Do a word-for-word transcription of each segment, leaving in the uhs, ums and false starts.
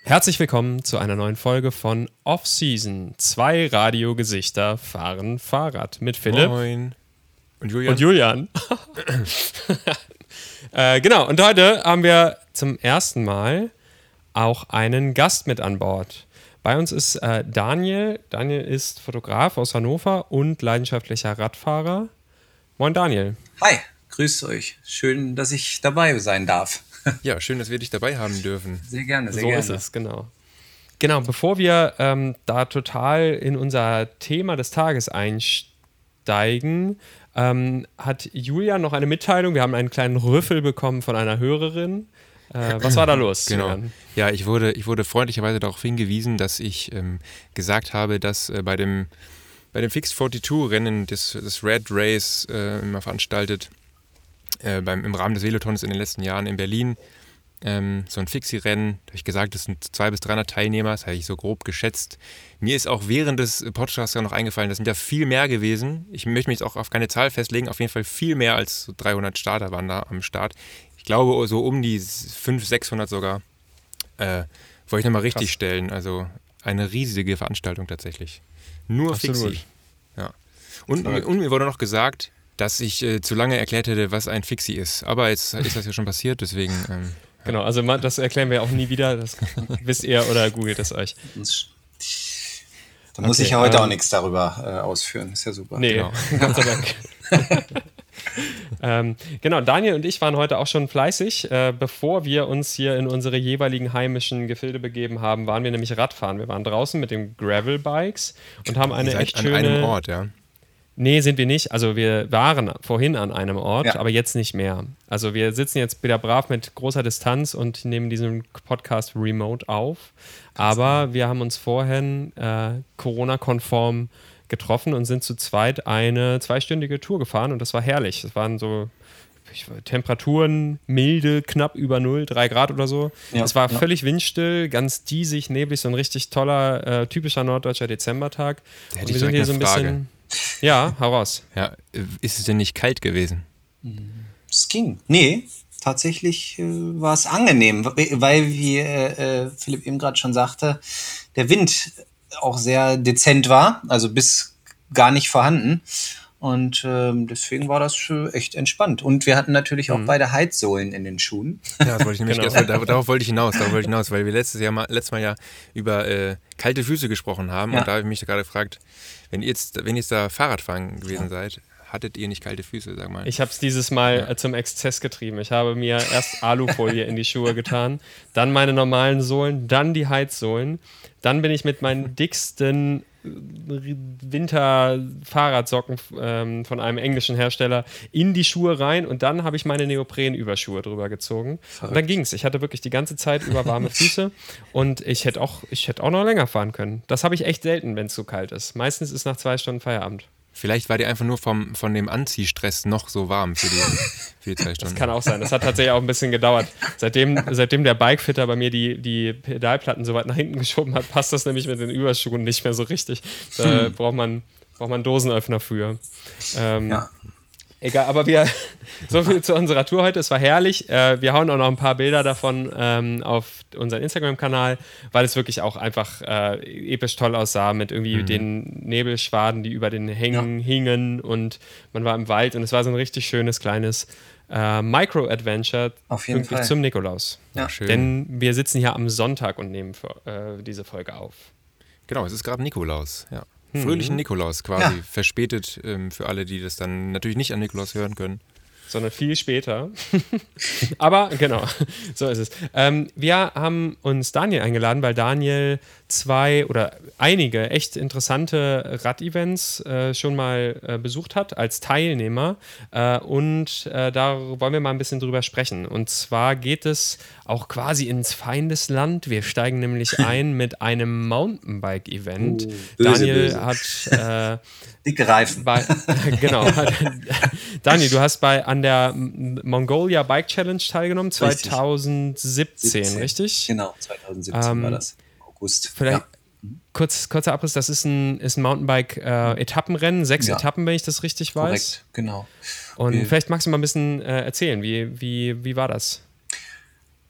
Herzlich willkommen zu einer neuen Folge von Off-Season. Zwei Radiogesichter fahren Fahrrad mit Philipp. Moin. Und Julian. Und Julian. äh, genau, und heute haben wir zum ersten Mal auch einen Gast mit an Bord. Bei uns ist äh, Daniel. Daniel ist Fotograf aus Hannover und leidenschaftlicher Radfahrer. Moin Daniel. Hi, grüßt euch. Schön, dass ich dabei sein darf. Ja, schön, dass wir dich dabei haben dürfen. Sehr gerne, sehr so gerne. So ist es, genau. Genau, bevor wir ähm, da total in unser Thema des Tages einsteigen, ähm, hat Julian noch eine Mitteilung. Wir haben einen kleinen Rüffel bekommen von einer Hörerin. Äh, was war da los? Genau. Julian? Ja, ich wurde, ich wurde freundlicherweise darauf hingewiesen, dass ich ähm, gesagt habe, dass äh, bei dem, bei dem Fixed zweiundvierzig-Rennen des, des Red Race äh, immer veranstaltet, äh, beim, im Rahmen des Velotons in den letzten Jahren in Berlin, ähm, so ein Fixie-Rennen, da habe ich gesagt, das sind zweihundert bis dreihundert Teilnehmer, das habe ich so grob geschätzt. Mir ist auch während des Podcasts noch eingefallen, das sind ja viel mehr gewesen. Ich möchte mich jetzt auch auf keine Zahl festlegen, auf jeden Fall viel mehr als so dreihundert Starter waren da am Start. Ich glaube, so um die fünfhundert, sechshundert sogar. Äh, wollte ich nochmal richtig Krass. stellen. Also eine riesige Veranstaltung tatsächlich. Nur Fixie. Ja. Und, und mir wurde noch gesagt, dass ich äh, zu lange erklärt hätte, was ein Fixie ist. Aber jetzt ist das ja schon passiert, deswegen... Ähm, ja. Genau, also das erklären wir auch nie wieder. Das wisst ihr oder googelt es euch. Da muss okay, ich ja heute ähm, auch nichts darüber äh, ausführen. Ist ja super. Nee, genau. Gott sei Dank. ähm, genau, Daniel und ich waren heute auch schon fleißig. Äh, bevor wir uns hier in unsere jeweiligen heimischen Gefilde begeben haben, waren wir nämlich Radfahren. Wir waren draußen mit den Gravel-Bikes und haben eine echt schöne... An einem Ort, ja? Nee, sind wir nicht. Also wir waren vorhin an einem Ort, ja. aber jetzt nicht mehr. Also wir sitzen jetzt wieder brav mit großer Distanz und nehmen diesen Podcast remote auf. Aber wir haben uns vorhin äh, Corona-konform getroffen und sind zu zweit eine zweistündige Tour gefahren und das war herrlich. Es waren so ich, Temperaturen milde, knapp über null, drei Grad oder so. Ja, es war ja. völlig windstill, ganz diesig, neblig, so ein richtig toller, äh, typischer norddeutscher Dezembertag. Da hätte und wir ich sind hier eine so ein Frage. bisschen... Ja, hau raus. Ja, ist es denn nicht kalt gewesen? Es ging. Nee, tatsächlich äh, war es angenehm, weil, wie äh, Philipp eben gerade schon sagte, der Wind auch sehr dezent war, also bis gar nicht vorhanden. Und ähm, deswegen war das echt entspannt. Und wir hatten natürlich auch mhm. beide Heizsohlen in den Schuhen. Ja, das wollte ich nämlich genau. erst, darauf, darauf wollte ich hinaus, darauf wollte ich hinaus, weil wir letztes Jahr mal, letztes Mal ja über äh, kalte Füße gesprochen haben. Ja. Und da habe ich mich gerade gefragt, wenn ihr jetzt, wenn ihr jetzt da Fahrradfahren gewesen ja. seid, hattet ihr nicht kalte Füße, sag mal? Ich habe es dieses Mal ja. zum Exzess getrieben. Ich habe mir erst Alufolie in die Schuhe getan, dann meine normalen Sohlen, dann die Heizsohlen. Dann bin ich mit meinen dicksten Winter-Fahrradsocken ähm, von einem englischen Hersteller in die Schuhe rein und dann habe ich meine Neopren-Überschuhe drüber gezogen. Verrückt. Und dann ging es. Ich hatte wirklich die ganze Zeit über warme Füße und ich hätte auch, ich hätte auch noch länger fahren können. Das habe ich echt selten, wenn es so kalt ist. Meistens ist nach zwei Stunden Feierabend. Vielleicht war dir einfach nur vom, von dem Anziehstress noch so warm für die, für die zwei Stunden. Das kann auch sein. Das hat tatsächlich auch ein bisschen gedauert. Seitdem, seitdem der Bikefitter bei mir die, die Pedalplatten so weit nach hinten geschoben hat, passt das nämlich mit den Überschuhen nicht mehr so richtig. Da hm. braucht man, braucht man Dosenöffner für. Ähm, ja. Egal, aber wir, so viel zu unserer Tour heute. Es war herrlich. Äh, wir hauen auch noch ein paar Bilder davon ähm, auf unseren Instagram-Kanal, weil es wirklich auch einfach äh, episch toll aussah mit irgendwie mhm. den Nebelschwaden, die über den Hängen ja. hingen und man war im Wald und es war so ein richtig schönes, kleines äh, Micro-Adventure pünktlich zum Nikolaus. Ja. Schön. Denn wir sitzen hier am Sonntag und nehmen für, äh, diese Folge auf. Genau, es ist gerade Nikolaus, ja. Fröhlichen Nikolaus quasi, ja. verspätet ähm, für alle, die das dann natürlich nicht an Nikolaus hören können. Sondern viel später. Aber genau, so ist es. Ähm, wir haben uns Daniel eingeladen, weil Daniel zwei oder einige echt interessante Rad-Events äh, schon mal äh, besucht hat als Teilnehmer. Äh, und äh, da wollen wir mal ein bisschen drüber sprechen. Und zwar geht es auch quasi ins Feindesland. Wir steigen nämlich ein mit einem Mountainbike-Event. Uh, böse, Daniel böse. hat... Äh, Dicke Reifen. Bei, genau. Daniel, du hast bei an der Mongolia Bike Challenge teilgenommen, zwanzig siebzehn, richtig? richtig? Genau, zwanzig siebzehn ähm, war das. August. Vielleicht ja. kurz, kurzer Abriss, das ist ein, ist ein Mountainbike-Etappenrennen, sechs ja. Etappen, wenn ich das richtig weiß. Korrekt, genau. Und Wir, vielleicht magst du mal ein bisschen äh, erzählen, wie, wie, wie war das?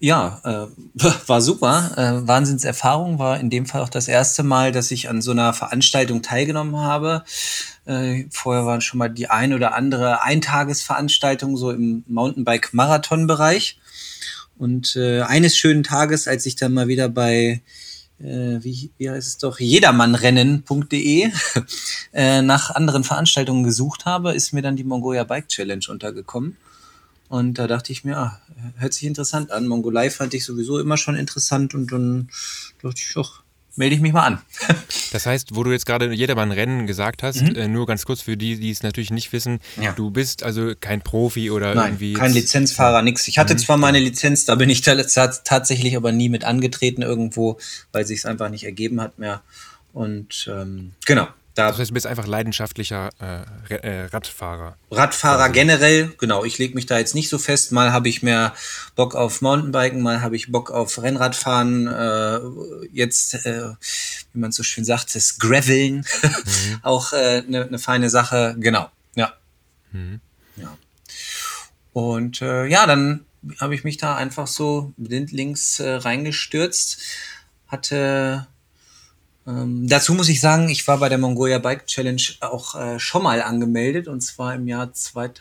Ja, äh, war super. Äh, Wahnsinnserfahrung. War in dem Fall auch das erste Mal, dass ich an so einer Veranstaltung teilgenommen habe. Äh, vorher waren schon mal die ein oder andere Eintagesveranstaltung so im Mountainbike-Marathon-Bereich. Und äh, eines schönen Tages, als ich dann mal wieder bei äh, wie, wie heißt es doch, jedermannrennen punkt de äh, nach anderen Veranstaltungen gesucht habe, ist mir dann die Mongolia Bike Challenge untergekommen. Und da dachte ich mir, ah, hört sich interessant an. Mongolei fand ich sowieso immer schon interessant und dann dachte ich, ach, melde ich mich mal an. Das heißt, wo du jetzt gerade Jedermann-Rennen gesagt hast, mhm. äh, nur ganz kurz für die, die es natürlich nicht wissen, ja. Du bist also kein Profi oder Nein, irgendwie... kein Lizenzfahrer, nix. Ich hatte mhm. zwar meine Lizenz, da bin ich tatsächlich aber nie mit angetreten irgendwo, weil sich es einfach nicht ergeben hat mehr. Und ähm, genau. Da das heißt, du bist einfach leidenschaftlicher äh, äh, Radfahrer. Radfahrer also. Generell, genau. Ich lege mich da jetzt nicht so fest. Mal habe ich mehr Bock auf Mountainbiken, mal habe ich Bock auf Rennradfahren. Äh, jetzt, äh, wie man so schön sagt, das Graveln. Mhm. Auch eine äh, ne, ne feine Sache. Genau, ja. Mhm. ja. Und äh, ja, dann habe ich mich da einfach so blindlings äh, reingestürzt. Hatte... Ähm, dazu muss ich sagen, ich war bei der Mongolia Bike Challenge auch äh, schon mal angemeldet, und zwar im Jahr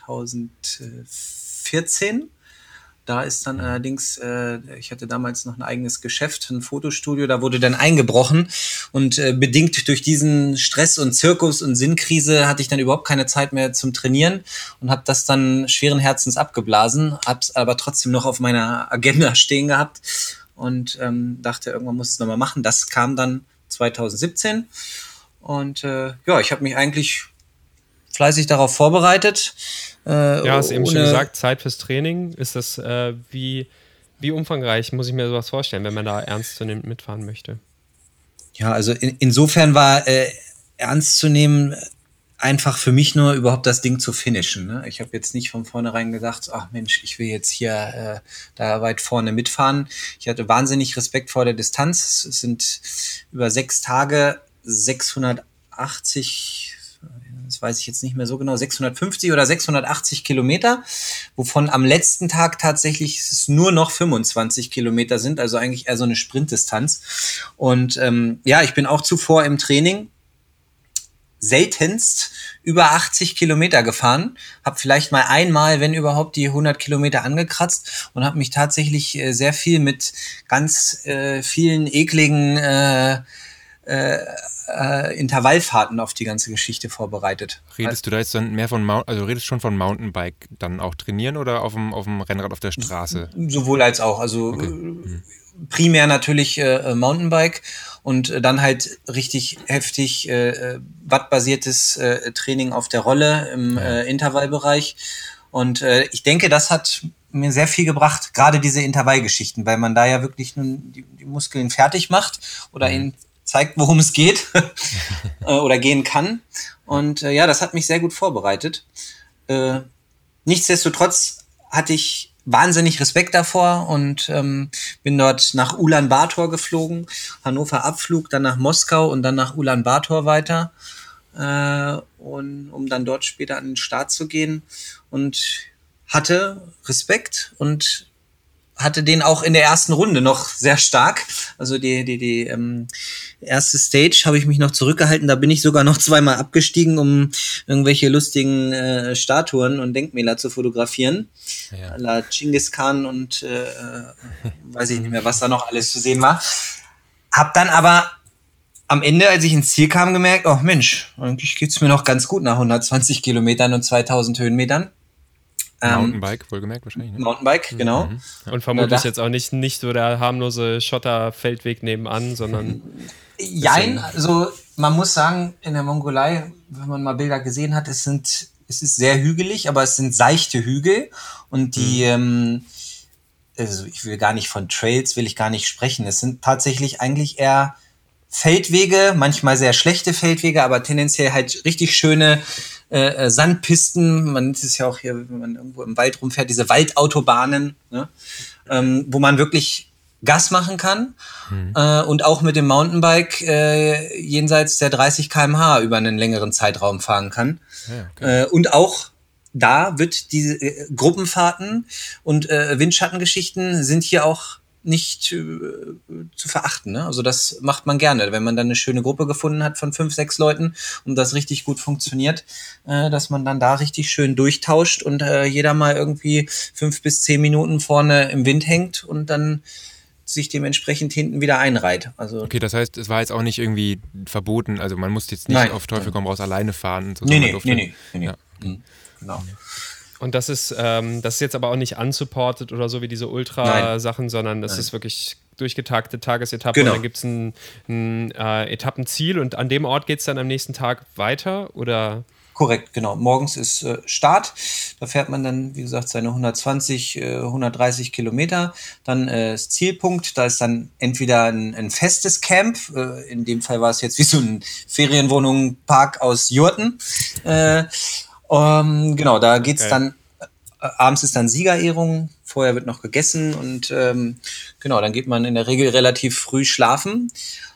zweitausendvierzehn. Da ist dann allerdings, äh, ich hatte damals noch ein eigenes Geschäft, ein Fotostudio, da wurde dann eingebrochen und äh, bedingt durch diesen Stress und Zirkus und Sinnkrise hatte ich dann überhaupt keine Zeit mehr zum Trainieren und habe das dann schweren Herzens abgeblasen, hab's aber trotzdem noch auf meiner Agenda stehen gehabt und ähm, dachte, irgendwann muss ich es nochmal machen. Das kam dann zweitausendsiebzehn und äh, ja, ich habe mich eigentlich fleißig darauf vorbereitet. Äh, ja, hast eben schon gesagt, Zeit fürs Training. Ist das, äh, wie, wie umfangreich muss ich mir sowas vorstellen, wenn man da ernstzunehmend mitfahren möchte? Ja, also in, insofern war äh, ernst zu nehmen einfach für mich nur überhaupt das Ding zu finishen. Ne? Ich habe jetzt nicht von vornherein gedacht, ach Mensch, ich will jetzt hier äh, da weit vorne mitfahren. Ich hatte wahnsinnig Respekt vor der Distanz. Es sind über sechs Tage sechshundertachtzig, das weiß ich jetzt nicht mehr so genau, sechshundertfünfzig oder sechshundertachtzig Kilometer, wovon am letzten Tag tatsächlich es nur noch fünfundzwanzig Kilometer sind, also eigentlich eher so eine Sprintdistanz. Und ähm, ja, ich bin auch zuvor im Training seltenst über achtzig Kilometer gefahren, habe vielleicht mal einmal, wenn überhaupt, die hundert Kilometer angekratzt und habe mich tatsächlich äh, sehr viel mit ganz äh, vielen ekligen äh, äh, äh, Intervallfahrten auf die ganze Geschichte vorbereitet. Redest du da jetzt dann mehr von, Mount, also redest schon von Mountainbike dann auch trainieren oder auf dem, auf dem Rennrad auf der Straße? Sowohl als auch, also okay. mhm. primär natürlich äh, Mountainbike und äh, dann halt richtig heftig äh, wattbasiertes äh, Training auf der Rolle im ja. äh, Intervallbereich. Und äh, ich denke, das hat mir sehr viel gebracht, gerade diese Intervallgeschichten, weil man da ja wirklich nun die, die Muskeln fertig macht oder mhm. ihnen zeigt, worum es geht oder gehen kann. Und äh, ja, das hat mich sehr gut vorbereitet. Äh, nichtsdestotrotz hatte ich wahnsinnig Respekt davor und ähm, bin dort nach Ulaanbaatar geflogen, Hannover Abflug, dann nach Moskau und dann nach Ulaanbaatar weiter, äh, und, um dann dort später an den Start zu gehen, und hatte Respekt und hatte den auch in der ersten Runde noch sehr stark. Also die die die ähm, erste Stage habe ich mich noch zurückgehalten. Da bin ich sogar noch zweimal abgestiegen, um irgendwelche lustigen äh, Statuen und Denkmäler zu fotografieren. Ja. À la Genghis Khan und äh, weiß ich nicht mehr, was da noch alles zu sehen war. Hab dann aber am Ende, als ich ins Ziel kam, gemerkt, oh Mensch, eigentlich geht's mir noch ganz gut nach hundertzwanzig Kilometern und zweitausend Höhenmetern. Mountainbike, wohlgemerkt wahrscheinlich. Ne? Mountainbike, genau. Mhm. Und vermutlich da, jetzt auch nicht, nicht so der harmlose Schotterfeldweg nebenan, sondern... Jein, also man muss sagen, in der Mongolei, wenn man mal Bilder gesehen hat, es sind, es ist sehr hügelig, aber es sind seichte Hügel und die, mhm. ähm, also ich will gar nicht von Trails, will ich gar nicht sprechen. Es sind tatsächlich eigentlich eher Feldwege, manchmal sehr schlechte Feldwege, aber tendenziell halt richtig schöne Äh, Sandpisten, man nennt es ja auch hier, wenn man irgendwo im Wald rumfährt, diese Waldautobahnen, ne? ähm, wo man wirklich Gas machen kann mhm. äh, und auch mit dem Mountainbike äh, jenseits der dreißig Kilometer pro Stunde über einen längeren Zeitraum fahren kann. Ja, okay. äh, und auch da wird diese äh, Gruppenfahrten und äh, Windschattengeschichten sind hier auch nicht äh, zu verachten. Ne? Also das macht man gerne, wenn man dann eine schöne Gruppe gefunden hat von fünf, sechs Leuten und das richtig gut funktioniert, äh, dass man dann da richtig schön durchtauscht und äh, jeder mal irgendwie fünf bis zehn Minuten vorne im Wind hängt und dann sich dementsprechend hinten wieder einreiht. Also okay, das heißt, es war jetzt auch nicht irgendwie verboten, also man musste jetzt nicht Nein. auf Teufel komm raus alleine fahren. So, nee, man nee, durfte- nee, nee, nee, nee. Ja. Mhm, genau. Und das ist, ähm, das ist jetzt aber auch nicht unsupported oder so wie diese Ultra-Sachen, sondern das Nein. ist wirklich durchgetakte Tagesetappe. Genau. Und dann gibt es ein, ein äh, Etappenziel und an dem Ort geht es dann am nächsten Tag weiter, oder? Korrekt, genau. Morgens ist äh, Start. Da fährt man dann, wie gesagt, seine hundertzwanzig, äh, hundertdreißig Kilometer. Dann äh, ist Zielpunkt. Da ist dann entweder ein, ein festes Camp. Äh, in dem Fall war es jetzt wie so ein Ferienwohnungspark aus Jurten. Äh, um, genau, da geht's Okay. dann. Äh, abends ist dann Siegerehrung. Vorher wird noch gegessen und ähm, genau, dann geht man in der Regel relativ früh schlafen.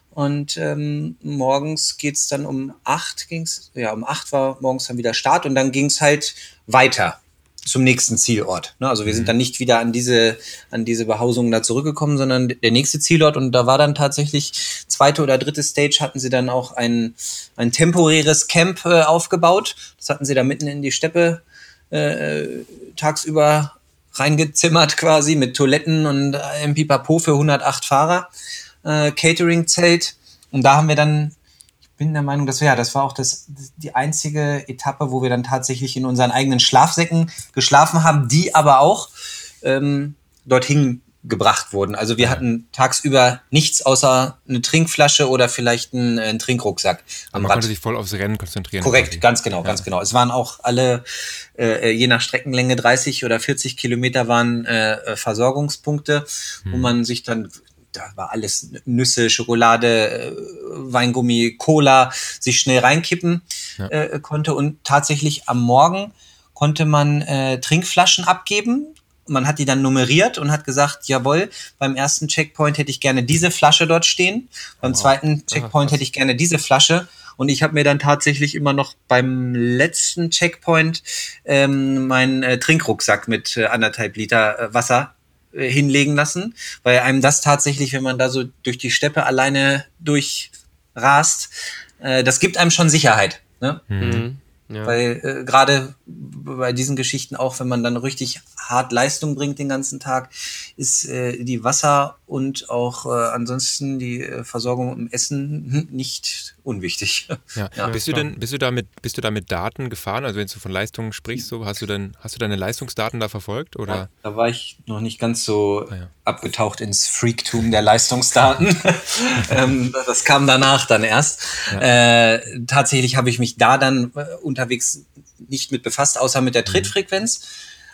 Und ähm, morgens geht's dann um acht, ging's, ja, um acht war morgens dann wieder Start und dann ging's halt weiter zum nächsten Zielort. Ne? Also wir sind dann nicht wieder an diese, an diese Behausung da zurückgekommen, sondern der nächste Zielort und da war dann tatsächlich zweite oder dritte Stage hatten sie dann auch ein, ein temporäres Camp äh, aufgebaut. Das hatten sie da mitten in die Steppe äh, tagsüber reingezimmert quasi mit Toiletten und einem Pipapo für hundertacht Fahrer. Äh, Catering-Zelt und da haben wir dann, ich bin der Meinung, das, ja, das war auch das, die einzige Etappe, wo wir dann tatsächlich in unseren eigenen Schlafsäcken geschlafen haben, die aber auch ähm, dorthin gebracht wurden. Also wir hatten tagsüber nichts außer eine Trinkflasche oder vielleicht einen, einen Trinkrucksack am Man Rad. konnte sich voll aufs Rennen konzentrieren. Korrekt, quasi. ganz genau, ganz genau. Es waren auch alle, äh, je nach Streckenlänge dreißig oder vierzig Kilometer waren äh, Versorgungspunkte, wo man sich dann, da war alles Nüsse, Schokolade, äh, Weingummi, Cola, sich schnell reinkippen Ja. äh, konnte. Und tatsächlich am Morgen konnte man äh, Trinkflaschen abgeben. Man hat die dann nummeriert und hat gesagt, jawohl, beim ersten Checkpoint hätte ich gerne diese Flasche dort stehen, beim zweiten Checkpoint hätte ich gerne diese Flasche. Und ich habe mir dann tatsächlich immer noch beim letzten Checkpoint ähm, meinen äh, Trinkrucksack mit äh, anderthalb Liter äh, Wasser äh, hinlegen lassen, weil einem das tatsächlich, wenn man da so durch die Steppe alleine durchrast, äh, das gibt einem schon Sicherheit. Ne? Mhm. Ja. Weil äh, gerade bei diesen Geschichten auch, wenn man dann richtig hart Leistung bringt den ganzen Tag, ist äh, die Wasser und auch äh, ansonsten die äh, Versorgung im Essen nicht unwichtig. Ja. Ja, bist du klar. denn, bist du da mit, bist du da mit Daten gefahren? Also wenn du von Leistungen sprichst, so hast du denn, hast du deine Leistungsdaten da verfolgt? Oder? Ja, da war ich noch nicht ganz so Ah, ja. abgetaucht ins Freaktum der Leistungsdaten. ähm, das kam danach dann erst. Äh, tatsächlich habe ich mich da dann äh, unterwegs nicht mit befasst, außer mit der Trittfrequenz.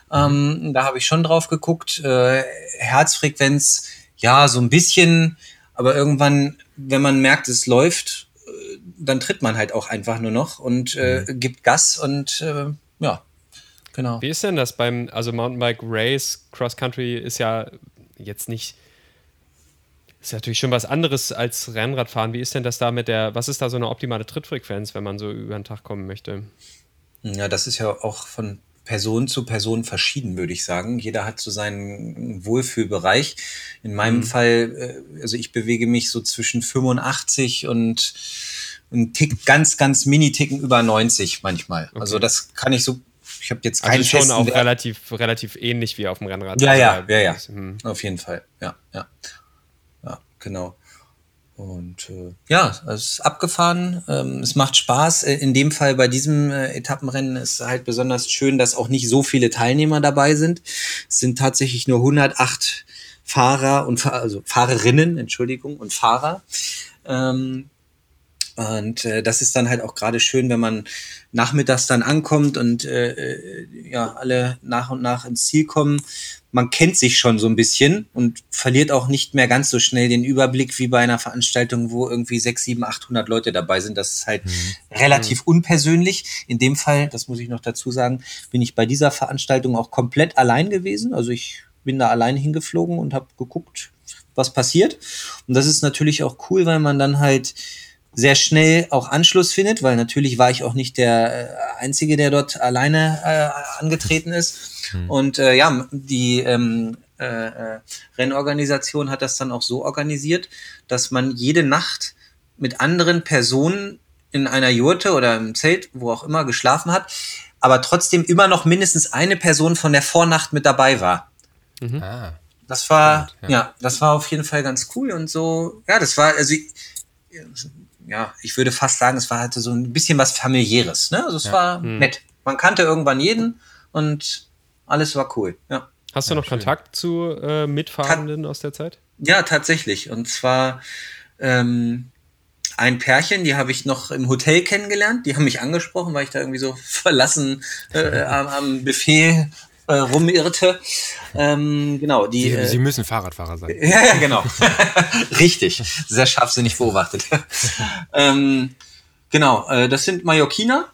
Ähm, da habe ich schon drauf geguckt. Äh, Herzfrequenz, ja, so ein bisschen. Aber irgendwann, wenn man merkt, es läuft, äh, dann tritt man halt auch einfach nur noch und äh, gibt Gas und äh, ja, genau. Wie ist denn das beim, also Mountainbike Race, Cross Country ist ja jetzt nicht, ist ja natürlich schon was anderes als Rennradfahren. Wie ist denn das da mit der, was ist da so eine optimale Trittfrequenz, wenn man so über den Tag kommen möchte? Ja, das ist ja auch von Person zu Person verschieden, würde ich sagen. Jeder hat so seinen Wohlfühlbereich. In meinem Mhm. Fall, äh, also ich bewege mich so zwischen fünfundachtzig und ein Tick, ganz, ganz Mini-Ticken über neunzig manchmal. Also das kann ich so, ich habe jetzt keinen Also schon festen auch Wert. relativ, relativ ähnlich wie auf dem Rennrad. Ja, Also ja, da- ja, ja. Hm. Auf jeden Fall. Ja, ja. Ja, genau. Und äh, ja, es ist abgefahren. Ähm, es macht Spaß. Äh, In dem Fall bei diesem äh, Etappenrennen ist halt besonders schön, dass auch nicht so viele Teilnehmer dabei sind. Es sind tatsächlich nur hundertacht Fahrer und Fa- also Fahrerinnen, Entschuldigung, und Fahrer. Ähm, Und äh, das ist dann halt auch gerade schön, wenn man nachmittags dann ankommt und äh, äh, ja, alle nach und nach ins Ziel kommen. Man kennt sich schon so ein bisschen und verliert auch nicht mehr ganz so schnell den Überblick wie bei einer Veranstaltung, wo irgendwie sechs, sieben, achthundert Leute dabei sind. Das ist halt relativ unpersönlich. In dem Fall, das muss ich noch dazu sagen, bin ich bei dieser Veranstaltung auch komplett allein gewesen. Also ich bin da allein hingeflogen und habe geguckt, was passiert. Und das ist natürlich auch cool, weil man dann halt sehr schnell auch Anschluss findet, weil natürlich war ich auch nicht der äh, Einzige, der dort alleine äh, angetreten ist. Hm. Und äh, ja, die ähm, äh, äh, Rennorganisation hat das dann auch so organisiert, dass man jede Nacht mit anderen Personen in einer Jurte oder im Zelt, wo auch immer, geschlafen hat, aber trotzdem immer noch mindestens eine Person von der Vornacht mit dabei war. Mhm. Ah. Das war, ja. ja, das war auf jeden Fall ganz cool und so, ja, das war, also, ja, ich würde fast sagen, es war halt so ein bisschen was Familiäres, ne? Also es ja. war mhm. nett. Man kannte irgendwann jeden und alles war cool, ja. Hast du ja, noch schön. Kontakt zu äh, Mitfahrenden Ta- aus der Zeit? Ja, tatsächlich. Und zwar ähm, ein Pärchen, die habe ich noch im Hotel kennengelernt. Die haben mich angesprochen, weil ich da irgendwie so verlassen äh, am, am Buffet äh, rumirrte. Ähm, genau, die. Sie, äh, Sie müssen Fahrradfahrer sein. Ja, ja, genau. Richtig. Sehr scharfsinnig beobachtet. ähm, genau, äh, das sind Mallorquiner.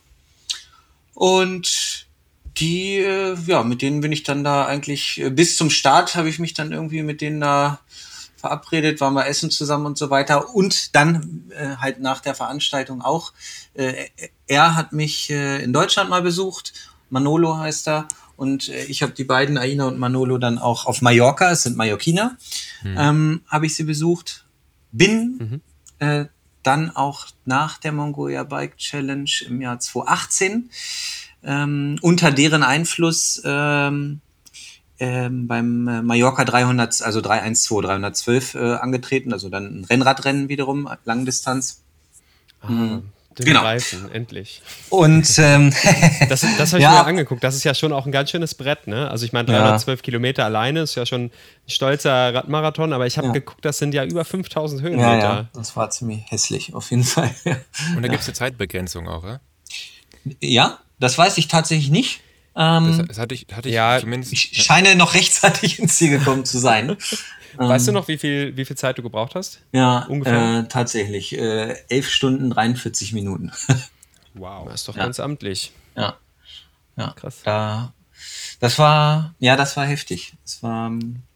Und die, äh, ja, mit denen bin ich dann da eigentlich, äh, bis zum Start habe ich mich dann irgendwie mit denen da verabredet, waren wir essen zusammen und so weiter. Und dann äh, halt nach der Veranstaltung auch. Äh, er hat mich äh, in Deutschland mal besucht. Manolo heißt er. Und äh, ich habe die beiden, Aina und Manolo, dann auch auf Mallorca, es sind Mallorquiner, mhm. ähm, habe ich sie besucht. Bin mhm. äh, dann auch nach der Mongolia Bike Challenge im Jahr zwanzig achtzehn ähm, unter deren Einfluss ähm, ähm, beim Mallorca dreihundert, also dreihundertzwölf, dreihundertzwölf äh, angetreten, also dann ein Rennradrennen wiederum, Langdistanz. Ah, mhm. Den genau. Reifen, endlich. Und ähm, das, das habe ich ja. mir angeguckt. Das ist ja schon auch ein ganz schönes Brett, ne? Also ich meine, dreihundertzwölf ja. Kilometer alleine ist ja schon ein stolzer Radmarathon, aber ich habe ja. geguckt, das sind ja über fünftausend Höhenmeter. Ja, ja, das war ziemlich hässlich, auf jeden Fall. Und da ja. gibt es eine Zeitbegrenzung auch, ja? Ja, das weiß ich tatsächlich nicht. Ähm, das, das hatte ich, hatte ich ja, zumindest. Ich scheine noch rechtzeitig ins Ziel gekommen zu sein. Weißt ähm, du noch, wie viel, wie viel Zeit du gebraucht hast? Ja, ungefähr. Äh, tatsächlich. Äh, elf Stunden, dreiundvierzig Minuten. Wow. Das ist doch ja. ganz amtlich. Ja. Ja. Krass. Da, das war, ja, das war heftig. Das war,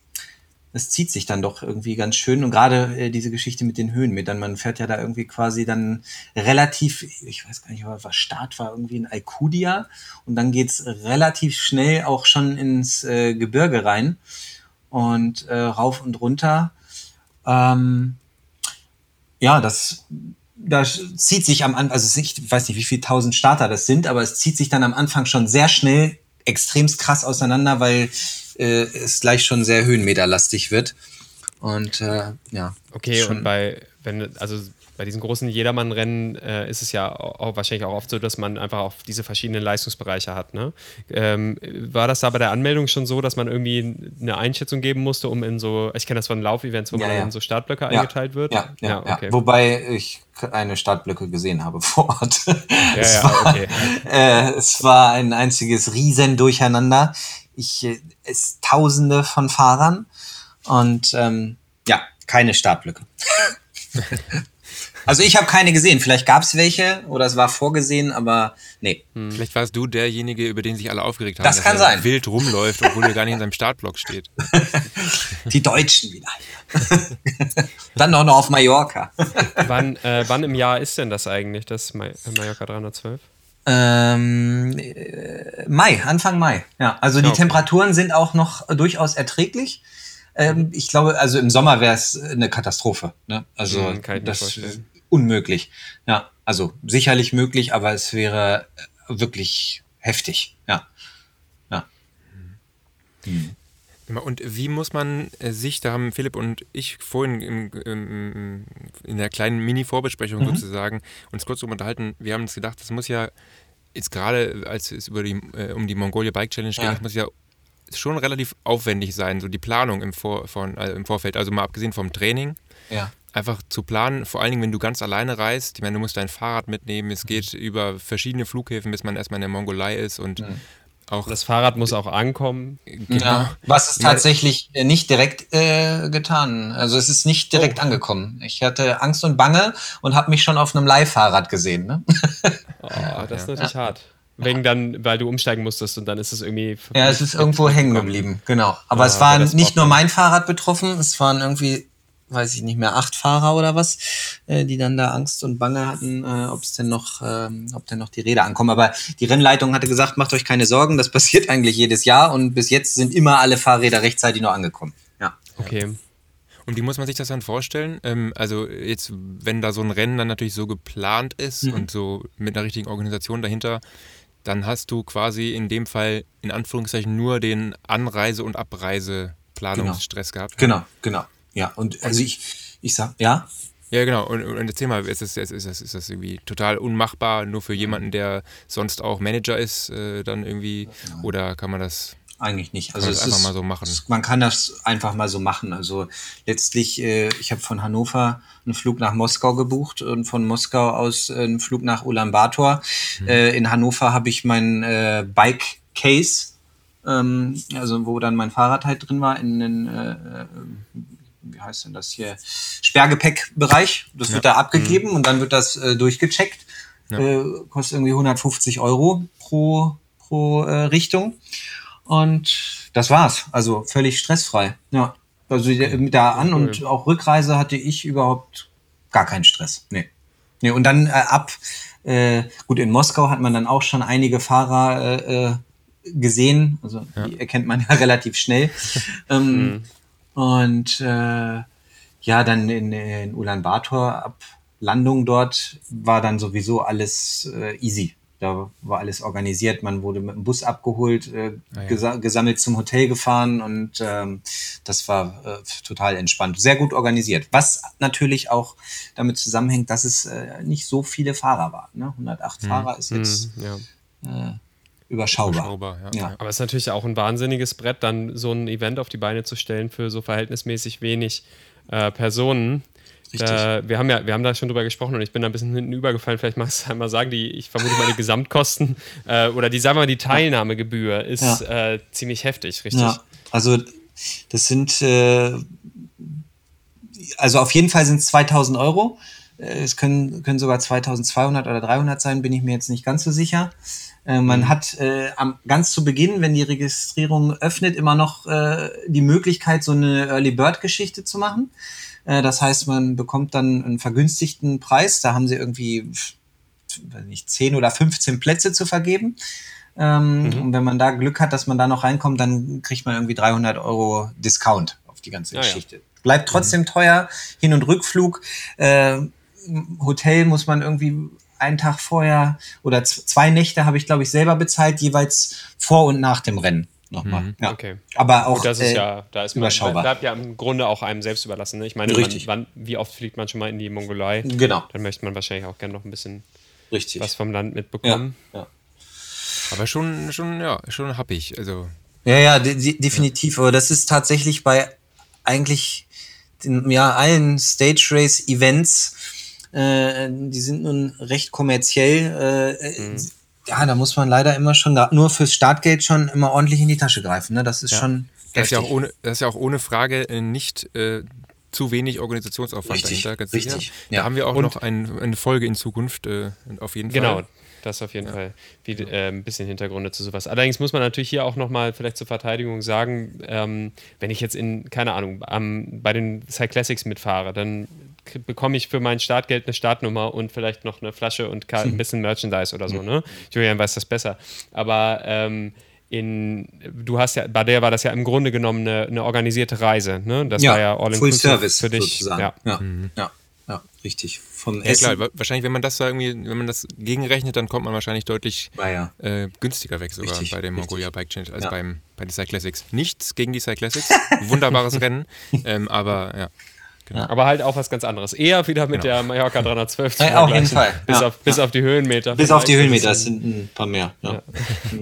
das zieht sich dann doch irgendwie ganz schön. Und gerade äh, diese Geschichte mit den Höhen mit, dann man fährt ja da irgendwie quasi dann relativ, ich weiß gar nicht, was Start war, irgendwie in Alcudia. Und dann geht's relativ schnell auch schon ins äh, Gebirge rein. Und äh, rauf und runter. Ähm, ja, das, das zieht sich am Anfang, also ich weiß nicht, wie viele tausend Starter das sind, aber es zieht sich dann am Anfang schon sehr schnell extremst krass auseinander, weil äh, es gleich schon sehr höhenmeterlastig wird. Und äh, ja. Okay, schon. Und bei, wenn, also bei diesen großen Jedermann-Rennen äh, ist es ja auch, wahrscheinlich auch oft so, dass man einfach auch diese verschiedenen Leistungsbereiche hat. Ne? Ähm, war das da bei der Anmeldung schon so, dass man irgendwie eine Einschätzung geben musste, um in so, ich kenne das von Laufevents, wo ja, man ja. in so Startblöcke ja. eingeteilt wird? Ja, ja, ja, okay. Ja. Wobei ich eine Startblöcke gesehen habe vor Ort. Ja, es, ja, war, okay. äh, es war ein einziges Riesendurcheinander. Ich, es Tausende von Fahrern und ähm, ja, keine Startblöcke. Also ich habe keine gesehen. Vielleicht gab es welche oder es war vorgesehen, aber nee. Hm. Vielleicht warst du derjenige, über den sich alle aufgeregt haben, das kann dass sein. er wild rumläuft, obwohl er gar nicht in seinem Startblock steht. Die Deutschen wieder. Dann auch noch auf Mallorca. wann, äh, wann im Jahr ist denn das eigentlich, das Mallorca dreihundertzwölf? Ähm, Mai, Anfang Mai. Ja, also die okay. Temperaturen sind auch noch durchaus erträglich. Ähm, ich glaube, also im Sommer wäre es eine Katastrophe. Ne? Also mhm, kann ich mir das vorstellen. Unmöglich. Ja, also sicherlich möglich, aber es wäre wirklich heftig. Ja. Ja. Mhm. Und wie muss man sich, da haben Philipp und ich vorhin im, im, in der kleinen Mini-Vorbesprechung mhm. sozusagen uns kurz darüber unterhalten, wir haben uns gedacht, das muss ja jetzt gerade, als es über die, äh, um die Mongolia Bike Challenge ging, ja. das muss ja schon relativ aufwendig sein, so die Planung im, Vor, von, also im Vorfeld, also mal abgesehen vom Training. Ja. Einfach zu planen, vor allen Dingen, wenn du ganz alleine reist. Ich meine, du musst dein Fahrrad mitnehmen, es geht mhm. über verschiedene Flughäfen, bis man erstmal in der Mongolei ist und mhm. auch das Fahrrad muss auch ankommen. Genau. Ja, was ist tatsächlich ja. nicht direkt äh, getan. Also es ist nicht direkt oh. angekommen. Ich hatte Angst und Bange und habe mich schon auf einem Leihfahrrad gesehen. Ne? Oh, das ist natürlich ja. hart. Wegen dann, weil du umsteigen musstest und dann ist es irgendwie... Ja, es ist irgendwo hängen geblieben, genau. Aber ah, es war nicht nur mein Fahrrad betroffen, es waren irgendwie, weiß ich nicht mehr, acht Fahrer oder was. äh, die dann da Angst und Bange hatten, äh, ob es denn noch, ähm, ob denn noch die Räder ankommen. Aber die Rennleitung hatte gesagt, macht euch keine Sorgen, das passiert eigentlich jedes Jahr und bis jetzt sind immer alle Fahrräder rechtzeitig noch angekommen. Ja. Okay. Und wie muss man sich das dann vorstellen? Ähm, also jetzt, wenn da so ein Rennen dann natürlich so geplant ist mhm. und so mit einer richtigen Organisation dahinter, dann hast du quasi in dem Fall in Anführungszeichen nur den Anreise- und Abreiseplanungsstress genau. gehabt. Genau, genau. Ja, und also ich, ich sag, ja. Ja, genau. Und, und erzähl mal, ist das, ist, das, ist das irgendwie total unmachbar, nur für jemanden, der sonst auch Manager ist, äh, dann irgendwie? Oder kann man das... Eigentlich nicht. Also es einfach ist, mal so machen. Man kann das einfach mal so machen. Also letztlich, äh, ich habe von Hannover einen Flug nach Moskau gebucht und von Moskau aus äh, einen Flug nach Ulaanbaatar. Mhm. Äh, in Hannover habe ich mein äh, Bike Case, ähm, also wo dann mein Fahrrad halt drin war, in den, äh, wie heißt denn das hier, Sperrgepäckbereich. Das ja. wird da abgegeben mhm. und dann wird das äh, durchgecheckt. Ja. Äh, kostet irgendwie hundertfünfzig Euro pro, pro äh, Richtung. Und das war's. Also völlig stressfrei. Ja. Also da An- und auch Rückreise hatte ich überhaupt gar keinen Stress. Nee. Nee, und dann äh, ab, äh, gut, in Moskau hat man dann auch schon einige Fahrer äh, gesehen. Also ja. die erkennt man ja relativ schnell. ähm, mhm. Und äh, ja, dann in, in Ulaanbaatar ab Landung dort war dann sowieso alles äh, easy. Da war alles organisiert, man wurde mit dem Bus abgeholt, äh, ah, ja. gesa- gesammelt zum Hotel gefahren und ähm, das war äh, total entspannt. Sehr gut organisiert. Was natürlich auch damit zusammenhängt, dass es äh, nicht so viele Fahrer waren. Ne? hundertacht hm. Fahrer ist jetzt hm, ja. äh, überschaubar. überschaubar ja. Ja. Aber es ist natürlich auch ein wahnsinniges Brett, dann so ein Event auf die Beine zu stellen für so verhältnismäßig wenig äh, Personen. Äh, wir haben ja, wir haben da schon drüber gesprochen und ich bin da ein bisschen hinten übergefallen. Vielleicht magst du einmal sagen, die, ich vermute mal, die Gesamtkosten äh, oder die, sagen wir mal, die Teilnahmegebühr ist ja. äh, ziemlich heftig, richtig? Ja, also das sind, äh, also auf jeden Fall sind es zweitausend Euro. Es können, können sogar zweitausendzweihundert oder dreihundert sein, bin ich mir jetzt nicht ganz so sicher. Äh, man mhm. hat äh, am, ganz zu Beginn, wenn die Registrierung öffnet, immer noch äh, die Möglichkeit, so eine Early Bird Geschichte zu machen. Das heißt, man bekommt dann einen vergünstigten Preis. Da haben sie irgendwie weiß nicht, zehn oder fünfzehn Plätze zu vergeben. Ähm, mhm. Und wenn man da Glück hat, dass man da noch reinkommt, dann kriegt man irgendwie dreihundert Euro Discount auf die ganze ah, Geschichte. Ja. Bleibt trotzdem mhm. teuer. Hin- und Rückflug. Äh, Hotel muss man irgendwie einen Tag vorher oder z- zwei Nächte habe ich, glaube ich, selber bezahlt, jeweils vor und nach dem Rennen. Nochmal. Mhm. Ja. Okay. Aber auch Gut, das ist äh, ja, da ist man, überschaubar. Bleibt ja im Grunde auch einem selbst überlassen. Ne? Ich meine, man, wann, wie oft fliegt man schon mal in die Mongolei? Genau. Dann möchte man wahrscheinlich auch gerne noch ein bisschen Richtig. was vom Land mitbekommen. Ja. Ja. Aber schon, schon, ja, schon happig. Also. Ja, ja, de- de- definitiv. Ja. Aber das ist tatsächlich bei eigentlich den, ja, allen Stage Race Events, äh, die sind nun recht kommerziell. Äh, mhm. Ja, da muss man leider immer schon, da, nur fürs Startgeld schon immer ordentlich in die Tasche greifen. Ne? Das ist ja. schon das ist, ja auch ohne, das ist ja auch ohne Frage nicht äh, zu wenig Organisationsaufwand richtig, dahinter. Ganz richtig. Sicher. Da ja. haben wir auch Und noch ein, eine Folge in Zukunft, äh, auf jeden genau. Fall. Genau. Das auf jeden ja. Fall. Wie, äh, ein bisschen Hintergründe zu sowas. Allerdings muss man natürlich hier auch nochmal vielleicht zur Verteidigung sagen, ähm, wenn ich jetzt in, keine Ahnung, am, bei den Cyclassics mitfahre, dann k- bekomme ich für mein Startgeld eine Startnummer und vielleicht noch eine Flasche und ka- ein bisschen Merchandise oder so. Ne? Julian weiß das besser. Aber ähm, in, du hast ja, bei der war das ja im Grunde genommen eine, eine organisierte Reise. Ne? Das ja, war ja all Full Service für dich. Sozusagen. Ja. Ja. Mhm. ja, ja, richtig. Von ja, Essen. klar, wahrscheinlich, wenn man das da irgendwie, wenn man das gegenrechnet, dann kommt man wahrscheinlich deutlich ah, ja. äh, günstiger weg sogar richtig, bei dem richtig. Mongolia Bike Challenge als ja. beim, bei den Cyclassics. Nichts gegen die Cyclassics, wunderbares Rennen, ähm, aber ja. Genau. Aber halt auch was ganz anderes. Eher wieder mit genau. der Mallorca dreihundertzwölf zu ja, auf jeden Fall. Bis, ja. auf, bis ja. auf die Höhenmeter. Bis auf die Höhenmeter, das sind ein paar mehr. Ja. Ja.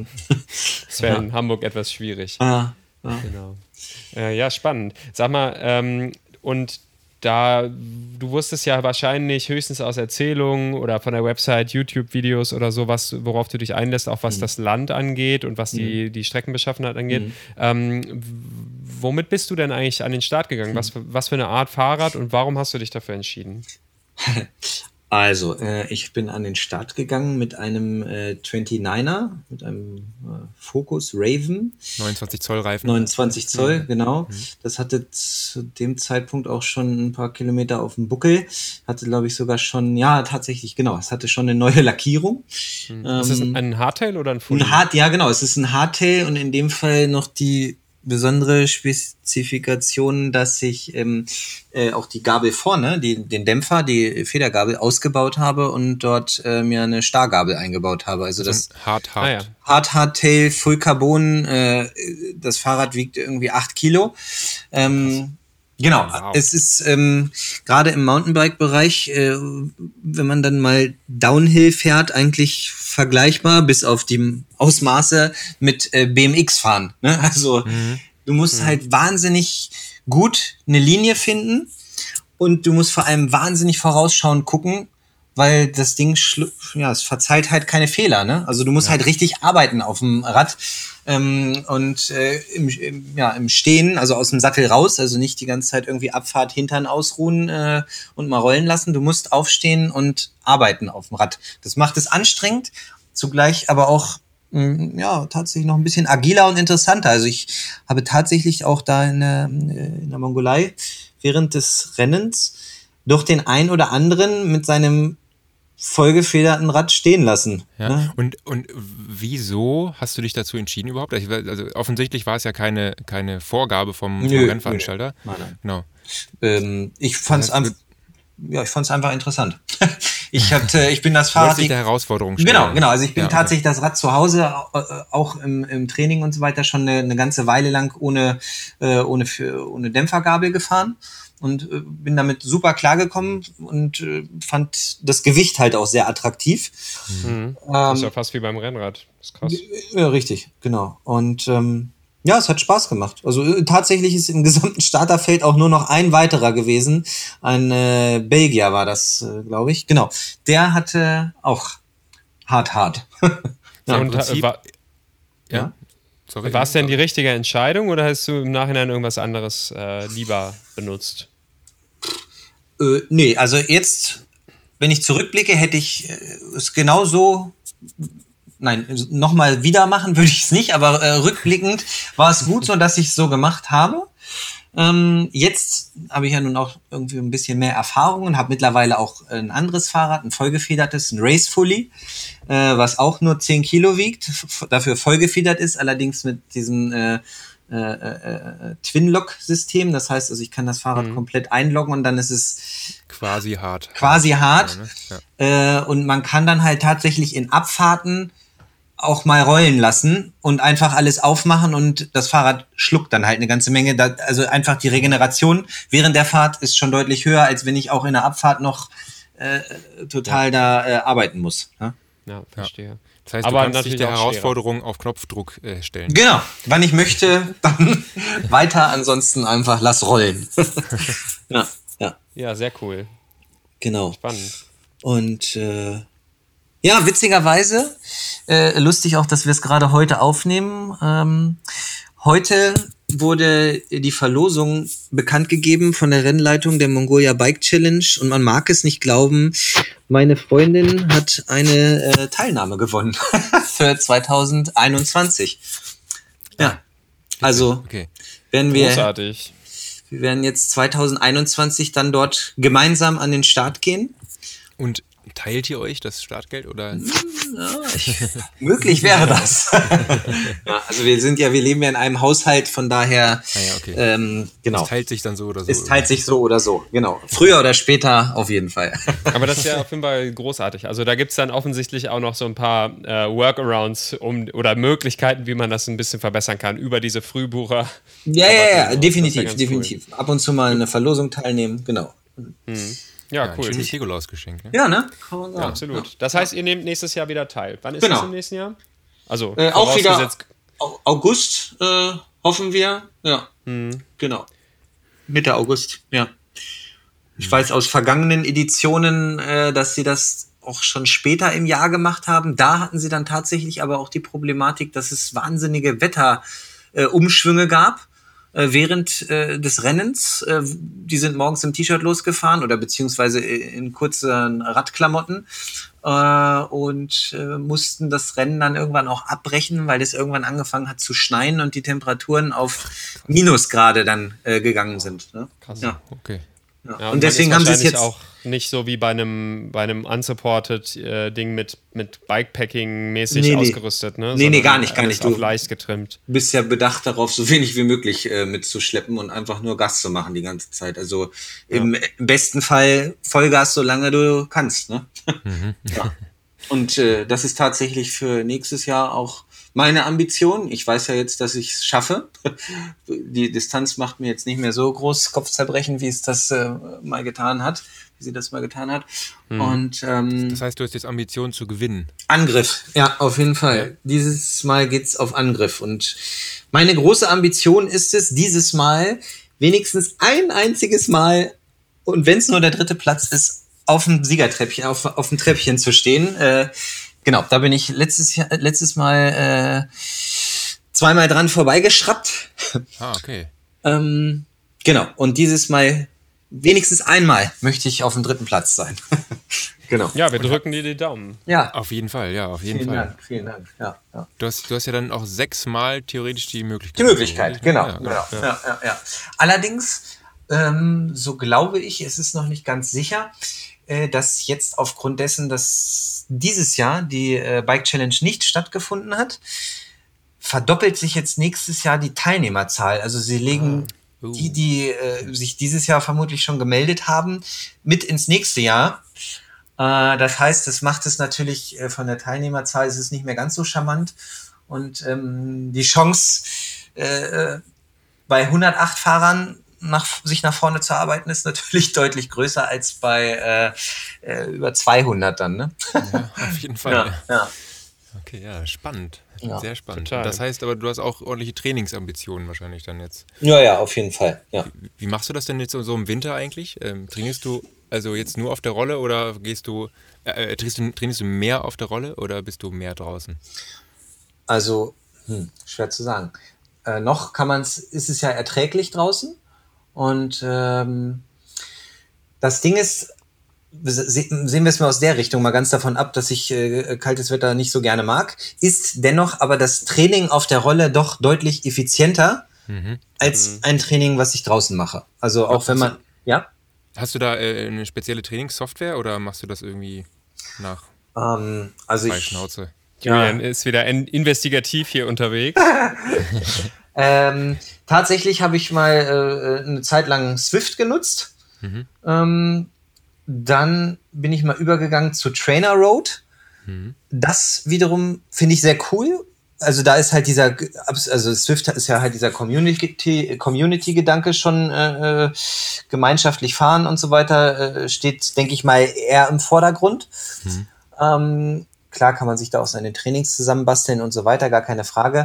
Das wäre ja. in Hamburg etwas schwierig. Ja, ja. Genau. Äh, ja, spannend. Sag mal, ähm, und da, du wusstest ja wahrscheinlich höchstens aus Erzählungen oder von der Website, YouTube-Videos oder sowas, worauf du dich einlässt, auch was mhm. das Land angeht und was die, die Streckenbeschaffenheit angeht. Mhm. Ähm, w- womit bist du denn eigentlich an den Start gegangen? Mhm. Was, was für eine Art Fahrrad und warum hast du dich dafür entschieden? Also, äh, ich bin an den Start gegangen mit einem äh, neunundzwanziger, mit einem äh, Focus Raven. neunundzwanzig Zoll Reifen. neunundzwanzig Zoll, Mhm. genau. Mhm. Das hatte zu dem Zeitpunkt auch schon ein paar Kilometer auf dem Buckel. Hatte, glaube ich, sogar schon, ja, tatsächlich, genau, es hatte schon eine neue Lackierung. Mhm. Ähm, ist das ein Hardtail oder ein Fully? Ein Hard, ja, genau, es ist ein Hardtail und in dem Fall noch die besondere Spezifikation, dass ich ähm, äh, auch die Gabel vorne, die, den Dämpfer, die Federgabel ausgebaut habe und dort äh, mir eine Starrgabel eingebaut habe. Also das Hard, hard. Ah, ja. Hard Hardtail, Full Carbon, äh, das Fahrrad wiegt irgendwie acht Kilo. Ähm, genau, Wow. es ist ähm, gerade im Mountainbike-Bereich, äh, wenn man dann mal Downhill fährt, eigentlich vergleichbar, bis auf die Ausmaße mit äh, B M X fahren. Ne? Also Mhm. du musst Mhm. halt wahnsinnig gut eine Linie finden und du musst vor allem wahnsinnig vorausschauend gucken, weil das Ding, schlu- ja, es verzeiht halt keine Fehler, ne? Also du musst Ja. halt richtig arbeiten auf dem Rad ähm, und äh, im, im, ja, im Stehen, also aus dem Sattel raus, also nicht die ganze Zeit irgendwie Abfahrt, Hintern ausruhen äh, und mal rollen lassen. Du musst aufstehen und arbeiten auf dem Rad. Das macht es anstrengend, zugleich aber auch mh, ja, tatsächlich noch ein bisschen agiler und interessanter. Also ich habe tatsächlich auch da in der, in der Mongolei während des Rennens doch den ein oder anderen mit seinem vollgefederten Rad stehen lassen. Ja. Ne? Und, und wieso hast du dich dazu entschieden überhaupt? Also, also offensichtlich war es ja keine, keine Vorgabe vom, vom Nö, Rennveranstalter. Nein, nein. Genau. Ähm, ich fand's Das heißt, einfach, ja, ich fand's einfach interessant. ich hatte, ich bin das Fahrrad. Wolltest dich der Herausforderung stellen. Genau, genau. Also ich bin Ja, okay. tatsächlich das Rad zu Hause, äh, auch im, im Training und so weiter, schon eine, eine ganze Weile lang ohne, äh, ohne, für, ohne Dämpfergabel gefahren und äh, bin damit super klargekommen und äh, fand das Gewicht halt auch sehr attraktiv. Mhm. Ähm, Das ist ja fast wie beim Rennrad. Das ist krass. Ja, richtig, genau. Und ähm, ja, es hat Spaß gemacht. Also äh, tatsächlich ist im gesamten Starterfeld auch nur noch ein weiterer gewesen. Ein äh, Belgier war das, äh, glaube ich. Genau. Der hatte auch hart, hart. Ja, im Und Prinzip, war, ja. Ja. Sorry. war es denn die richtige Entscheidung oder hast du im Nachhinein irgendwas anderes äh, lieber benutzt? Äh, nee, also jetzt, wenn ich zurückblicke, hätte ich äh, es genauso, nein, nochmal wieder machen würde ich es nicht, aber äh, rückblickend war es gut so, dass ich es so gemacht habe. Ähm, jetzt habe ich ja nun auch irgendwie ein bisschen mehr Erfahrung und habe mittlerweile auch ein anderes Fahrrad, ein vollgefedertes, ein Race Fully, äh, was auch nur zehn Kilo wiegt, f- dafür vollgefedert ist, allerdings mit diesem äh, äh, äh, Twin-Lock-System. Das heißt, also ich kann das Fahrrad Mhm. komplett einloggen und dann ist es quasi hart. quasi hart. Ja, ne? Ja. Äh, und man kann dann halt tatsächlich in Abfahrten auch mal rollen lassen und einfach alles aufmachen und das Fahrrad schluckt dann halt eine ganze Menge. Da, also einfach die Regeneration während der Fahrt ist schon deutlich höher, als wenn ich auch in der Abfahrt noch äh, total da äh, arbeiten muss. Ne? Ja, verstehe. Das heißt, Aber du kannst dich natürlich der auch Herausforderung auf Knopfdruck äh, stellen. Genau, wann ich möchte, dann weiter, ansonsten einfach lass rollen. ja, ja, Ja, sehr cool. genau. Spannend. Und äh, ja, witzigerweise, äh, lustig auch, dass wir es gerade heute aufnehmen. Ähm, heute wurde die Verlosung bekannt gegeben von der Rennleitung der Mongolia Bike Challenge und man mag es nicht glauben, meine Freundin hat eine äh, Teilnahme gewonnen für zwanzig einundzwanzig. Ja, also Okay. werden wir, Großartig. wir werden jetzt zwanzig einundzwanzig dann dort gemeinsam an den Start gehen. Und teilt ihr euch das Startgeld oder? Ja, ich, möglich wäre das. ja, also wir sind ja, wir leben ja in einem Haushalt, von daher, Ah ja, okay. ähm, genau. Es teilt sich dann so oder so. Es teilt sich so oder so, genau. Früher oder später auf jeden Fall. Aber das ist ja auf jeden Fall großartig. Also da gibt es dann offensichtlich auch noch so ein paar äh, Workarounds um, oder Möglichkeiten, wie man das ein bisschen verbessern kann über diese Frühbucher. ja, ja, ja, Das ist definitiv, ja ganz definitiv. Ab und zu mal eine Verlosung teilnehmen, genau. Ja, Ja, ein cool. schönes Nikolausgeschenk. Ne? Ja, ne? Kann man Ja, sagen. absolut. Das heißt, ihr nehmt nächstes Jahr wieder teil. Wann ist Genau. das im nächsten Jahr? Also Äh, auch wieder vorausgesetzt- Au- August, äh, hoffen wir. Ja, Hm. genau. Mitte August, ja. Ich weiß aus vergangenen Editionen, äh, dass sie das auch schon später im Jahr gemacht haben. Da hatten sie dann tatsächlich aber auch die Problematik, dass es wahnsinnige Wetterumschwünge äh, Umschwünge gab. äh, während äh, des Rennens. Äh, die sind morgens im T-Shirt losgefahren oder beziehungsweise in kurzen Radklamotten äh, und äh, mussten das Rennen dann irgendwann auch abbrechen, weil es irgendwann angefangen hat zu schneien und die Temperaturen auf Minusgrade dann äh, gegangen sind. Ne? Krass. Ja. Okay. Ja. Ja, und, und deswegen haben sie es jetzt auch nicht so wie bei einem, bei einem unsupported äh, Ding mit, mit Bikepacking-mäßig nee, nee. ausgerüstet, ne? Nee, nee, gar nicht, gar nicht. Auf Du leicht getrimmt. bist ja bedacht darauf, so wenig wie möglich äh, mitzuschleppen und einfach nur Gas zu machen die ganze Zeit. Also im, ja. im besten Fall Vollgas, solange du kannst. Ne? Mhm. Ja. Und äh, das ist tatsächlich für nächstes Jahr auch meine Ambition. Ich weiß ja jetzt, dass ich es schaffe. Die Distanz macht mir jetzt nicht mehr so groß Kopfzerbrechen, wie es das äh, mal getan hat, wie sie das mal getan hat. Hm. Und ähm, das heißt, du hast jetzt Ambition zu gewinnen. Angriff, ja, auf jeden Fall. Ja. Dieses Mal geht's auf Angriff. Und meine große Ambition ist es, dieses Mal wenigstens ein einziges Mal, und wenn es nur der dritte Platz ist, auf dem Siegertreppchen, auf, auf dem Treppchen zu stehen. Äh, Genau, da bin ich letztes Jahr, letztes Mal äh, zweimal dran vorbeigeschraubt. Ah, okay. ähm, genau, und dieses Mal wenigstens einmal möchte ich auf dem dritten Platz sein. Genau. Ja, wir drücken dir die Daumen. Ja. Auf jeden Fall, ja, auf jeden vielen Fall. Dank, vielen Dank. Ja, ja. Du hast, du hast ja dann auch sechsmal theoretisch die Möglichkeit. Die Möglichkeit, so, genau. Ja, genau. Ja. Ja, ja, ja. Allerdings, ähm, so glaube ich, es ist noch nicht ganz sicher, dass jetzt aufgrund dessen, dass dieses Jahr die äh, Bike Challenge nicht stattgefunden hat, verdoppelt sich jetzt nächstes Jahr die Teilnehmerzahl. Also sie legen ah, uh. die, die äh, sich dieses Jahr vermutlich schon gemeldet haben, mit ins nächste Jahr. Äh, das heißt, das macht es natürlich äh, von der Teilnehmerzahl ist es nicht mehr ganz so charmant. Und ähm, die Chance äh, bei hundertacht Fahrern Nach, sich nach vorne zu arbeiten, ist natürlich deutlich größer als bei äh, äh, über zweihundert dann, ne? Ja, auf jeden Fall. Ja, ja. Okay, ja, spannend. Ja, sehr spannend. Total. Das heißt aber, du hast auch ordentliche Trainingsambitionen wahrscheinlich dann jetzt. Ja, ja, auf jeden Fall, ja. Wie, wie machst du das denn jetzt so, so im Winter eigentlich? Ähm, trainierst du also jetzt nur auf der Rolle oder gehst du, äh, trainierst du, trainierst du mehr auf der Rolle oder bist du mehr draußen? Also, hm, schwer zu sagen. Äh, noch kann man es, ist es ja erträglich draußen. Und ähm, das Ding ist, sehen wir es mal aus der Richtung, mal ganz davon ab, dass ich äh, kaltes Wetter nicht so gerne mag, ist dennoch aber das Training auf der Rolle doch deutlich effizienter mhm. als mhm. ein Training, was ich draußen mache. Also auch wenn man, ja? Hast du da äh, eine spezielle Trainingssoftware oder machst du das irgendwie nach ähm, also Freischnauze? Julian ja. ist wieder investigativ hier unterwegs. Ähm, tatsächlich habe ich mal äh, eine Zeit lang Swift genutzt. Mhm. Ähm, dann bin ich mal übergegangen zu Trainer Road. Mhm. Das wiederum finde ich sehr cool. Also da ist halt dieser, also Swift ist ja halt dieser Community, Community-Gedanke schon äh, gemeinschaftlich fahren und so weiter, äh, steht, denke ich mal, eher im Vordergrund. Mhm. Ähm, klar kann man sich da auch seine Trainings zusammenbasteln und so weiter, gar keine Frage.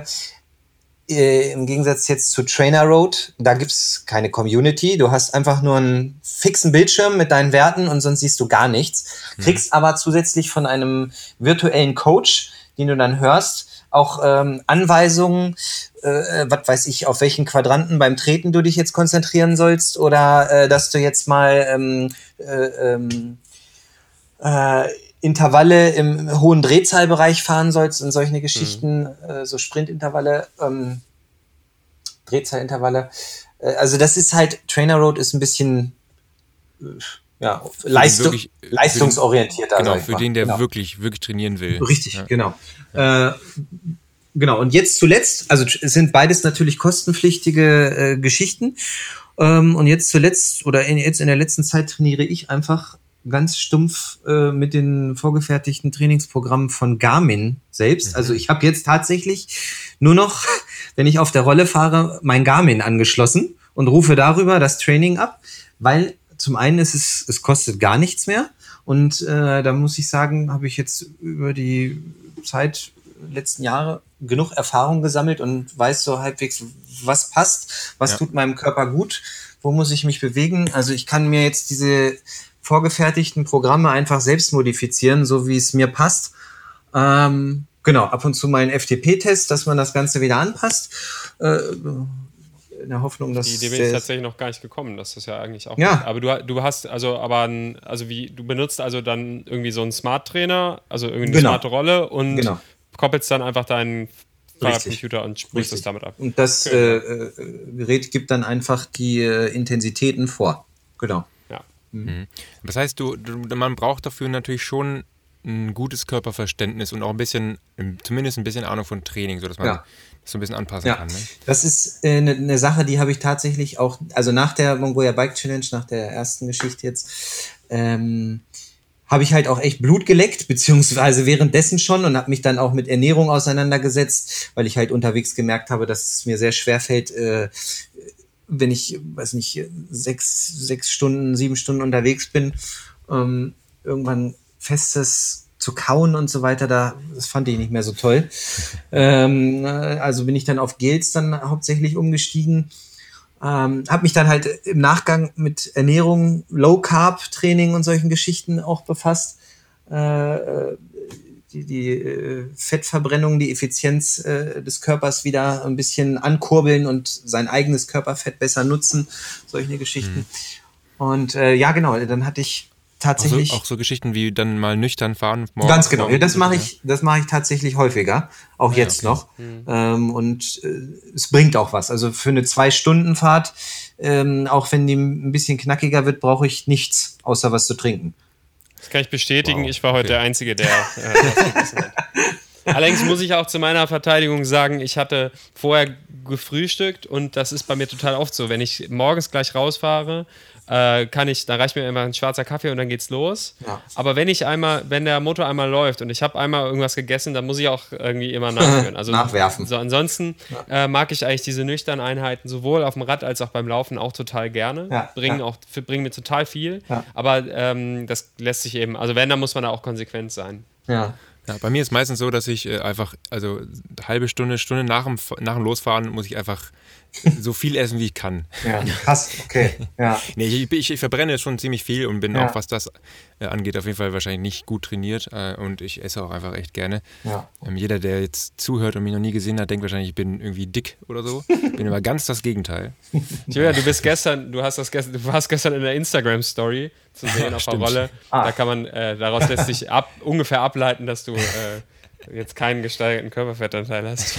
Äh, im Gegensatz jetzt zu Trainer Road, da gibt's keine Community. Du hast einfach nur einen fixen Bildschirm mit deinen Werten und sonst siehst du gar nichts. Mhm. Kriegst aber zusätzlich von einem virtuellen Coach, den du dann hörst, auch ähm, Anweisungen, äh, was weiß ich, auf welchen Quadranten beim Treten du dich jetzt konzentrieren sollst oder äh, dass du jetzt mal ähm, äh, ähm, äh, Intervalle im hohen Drehzahlbereich fahren sollst und solche Geschichten, mhm. äh, so Sprintintervalle, ähm, Drehzahlintervalle. Äh, also das ist halt, Trainer Road ist ein bisschen äh, ja, Leistung, wirklich, leistungsorientierter. Den, genau, für den, der genau. wirklich, wirklich trainieren will. Richtig, ja. genau. Ja. Äh, genau, und jetzt zuletzt, also es sind beides natürlich kostenpflichtige äh, Geschichten. Ähm, und jetzt zuletzt, oder in, jetzt in der letzten Zeit trainiere ich einfach ganz stumpf äh, mit den vorgefertigten Trainingsprogrammen von Garmin selbst. Mhm. Also ich habe jetzt tatsächlich nur noch, wenn ich auf der Rolle fahre, mein Garmin angeschlossen und rufe darüber das Training ab, weil zum einen ist es, es kostet gar nichts mehr und äh, da muss ich sagen, habe ich jetzt über die Zeit letzten Jahre genug Erfahrung gesammelt und weiß so halbwegs, was passt, was ja. tut meinem Körper gut, wo muss ich mich bewegen. Also ich kann mir jetzt diese vorgefertigten Programme einfach selbst modifizieren, so wie es mir passt. Ähm, genau, ab und zu mal ein F T P-Test, dass man das Ganze wieder anpasst. Äh, in der Hoffnung, dass... Die Idee bin ich tatsächlich noch gar nicht gekommen, das ist ja eigentlich auch... Ja. Gut. Aber du, du hast also aber, ein, also wie, du benutzt also dann irgendwie so einen Smart-Trainer, also irgendwie eine Genau. smarte Rolle und Genau. koppelst dann einfach deinen Fahrradcomputer und sprühst es damit ab. Und das Okay. äh, äh, Gerät gibt dann einfach die äh, Intensitäten vor. Genau. Ja. Mhm. Das heißt, du, du, man braucht dafür natürlich schon ein gutes Körperverständnis und auch ein bisschen, zumindest ein bisschen Ahnung von Training, sodass man Ja. das so ein bisschen anpassen Ja, kann. Ne? das ist eine äh, ne Sache, die habe ich tatsächlich auch, also nach der Mongolia Bike Challenge, nach der ersten Geschichte jetzt, ähm, habe ich halt auch echt Blut geleckt, beziehungsweise währenddessen schon und habe mich dann auch mit Ernährung auseinandergesetzt, weil ich halt unterwegs gemerkt habe, dass es mir sehr schwer fällt, äh, wenn ich, weiß nicht, sechs, sechs Stunden, sieben Stunden unterwegs bin, ähm, irgendwann Festes zu kauen und so weiter, da, das fand ich nicht mehr so toll. ähm, also bin ich dann auf Gels dann hauptsächlich umgestiegen. Ähm, habe mich dann halt im Nachgang mit Ernährung, Low-Carb-Training und solchen Geschichten auch befasst. Äh, die die äh, Fettverbrennung, die Effizienz äh, des Körpers wieder ein bisschen ankurbeln und sein eigenes Körperfett besser nutzen, solche Geschichten. Mhm. Und äh, ja, genau, dann hatte ich tatsächlich... Auch so, auch so Geschichten wie dann mal nüchtern fahren. Morgen, ganz genau, ja, das morgen, mache ich, das mache ich tatsächlich häufiger, auch ja, jetzt okay. noch. Mhm. Ähm, und äh, es bringt auch was. Also für eine Zwei-Stunden-Fahrt, ähm, auch wenn die ein bisschen knackiger wird, brauche ich nichts, außer was zu trinken. Das kann ich bestätigen, Wow, ich war heute okay. der Einzige, der äh, das gegessen hat. Allerdings muss ich auch zu meiner Verteidigung sagen, ich hatte vorher gefrühstückt und das ist bei mir total oft so. Wenn ich morgens gleich rausfahre, äh, kann ich, da reicht mir immer ein schwarzer Kaffee und dann geht's los. Ja. Aber wenn ich einmal, wenn der Motor einmal läuft und ich habe einmal irgendwas gegessen, dann muss ich auch irgendwie immer nachführen. Also Nachwerfen. So, ansonsten äh, mag ich eigentlich diese nüchternen Einheiten sowohl auf dem Rad als auch beim Laufen auch total gerne. Ja, Bringen ja. auch, bringen mir total viel. Ja. Aber ähm, das lässt sich eben, also wenn, dann muss man da auch konsequent sein. Ja. Ja, bei mir ist meistens so, dass ich äh, einfach, also eine halbe Stunde, Stunde nach dem, nach dem Losfahren muss ich einfach so viel essen, wie ich kann. Ja, krass, okay. Ja. Nee, ich, ich, ich verbrenne schon ziemlich viel und bin Ja. auch, was das äh, angeht, auf jeden Fall wahrscheinlich nicht gut trainiert äh, und ich esse auch einfach echt gerne. Ja. Ähm, jeder, der jetzt zuhört und mich noch nie gesehen hat, denkt wahrscheinlich, ich bin irgendwie dick oder so. Bin aber ganz das Gegenteil. Julia, du bist gestern, du hast das gestern, du warst gestern in der Instagram-Story zu sehen auf der Stimmt. Rolle. Ah. Da kann man, äh, daraus lässt sich ab, ungefähr ableiten, dass du äh, jetzt keinen gesteigerten Körperfettanteil hast.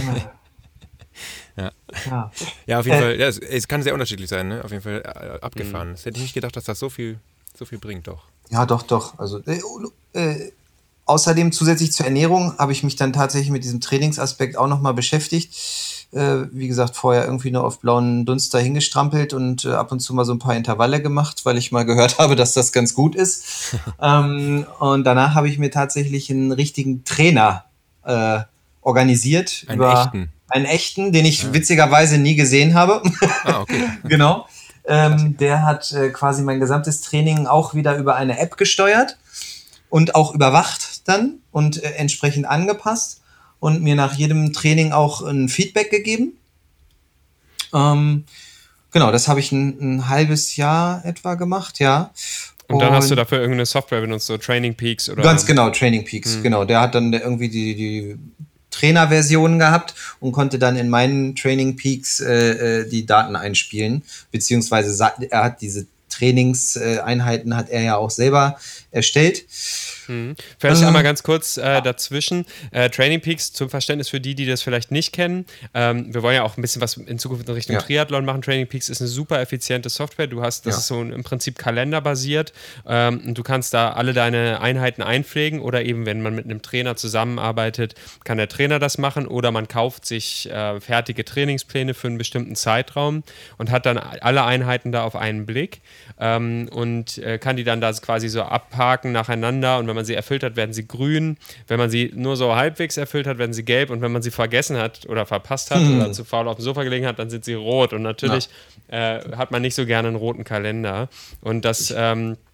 Ja. Ja, auf jeden Äh. Fall, ja, es, es kann sehr unterschiedlich sein, ne? Auf jeden Fall äh, abgefahren. Das hätte ich nicht gedacht, dass das so viel, so viel bringt, doch. Ja, doch, doch. Also äh, äh, außerdem zusätzlich zur Ernährung habe ich mich dann tatsächlich mit diesem Trainingsaspekt auch nochmal beschäftigt. Äh, wie gesagt, vorher irgendwie nur auf blauen Dunst da hingestrampelt und äh, ab und zu mal so ein paar Intervalle gemacht, weil ich mal gehört habe, dass das ganz gut ist. ähm, und danach habe ich mir tatsächlich einen richtigen Trainer äh, organisiert. Einen über echten? Einen echten, den ich witzigerweise nie gesehen habe. Ah, okay. Genau. Ähm, der hat äh, quasi mein gesamtes Training auch wieder über eine App gesteuert und auch überwacht dann und äh, entsprechend angepasst und mir nach jedem Training auch ein Feedback gegeben. Ähm, genau, das habe ich ein, ein halbes Jahr etwa gemacht, ja. Und dann hast du dafür irgendeine Software benutzt, so Training Peaks oder. Ganz genau, Training Peaks, genau. Der hat dann irgendwie die, die Trainer-Version gehabt und konnte dann in meinen Training Peaks äh, äh, die Daten einspielen, beziehungsweise sa- er hat diese Trainingseinheiten hat er ja auch selber erstellt. Mhm. Vielleicht einmal ganz kurz äh, dazwischen. Äh, Training Peaks zum Verständnis für die, die das vielleicht nicht kennen. Ähm, wir wollen ja auch ein bisschen was in Zukunft in Richtung Ja. Triathlon machen. Training Peaks ist eine super effiziente Software. Du hast, das Ja. ist so ein, im Prinzip kalenderbasiert. Ähm, und du kannst da alle deine Einheiten einpflegen oder eben, wenn man mit einem Trainer zusammenarbeitet, kann der Trainer das machen oder man kauft sich äh, fertige Trainingspläne für einen bestimmten Zeitraum und hat dann alle Einheiten da auf einen Blick ähm, und äh, kann die dann da quasi so abhaken nacheinander und wenn man sie erfüllt hat, werden sie grün. Wenn man sie nur so halbwegs erfüllt hat, werden sie gelb. Und wenn man sie vergessen hat oder verpasst hat Hm. oder zu faul auf dem Sofa gelegen hat, dann sind sie rot. Und natürlich äh, hat man nicht so gerne einen roten Kalender. Und das ähm,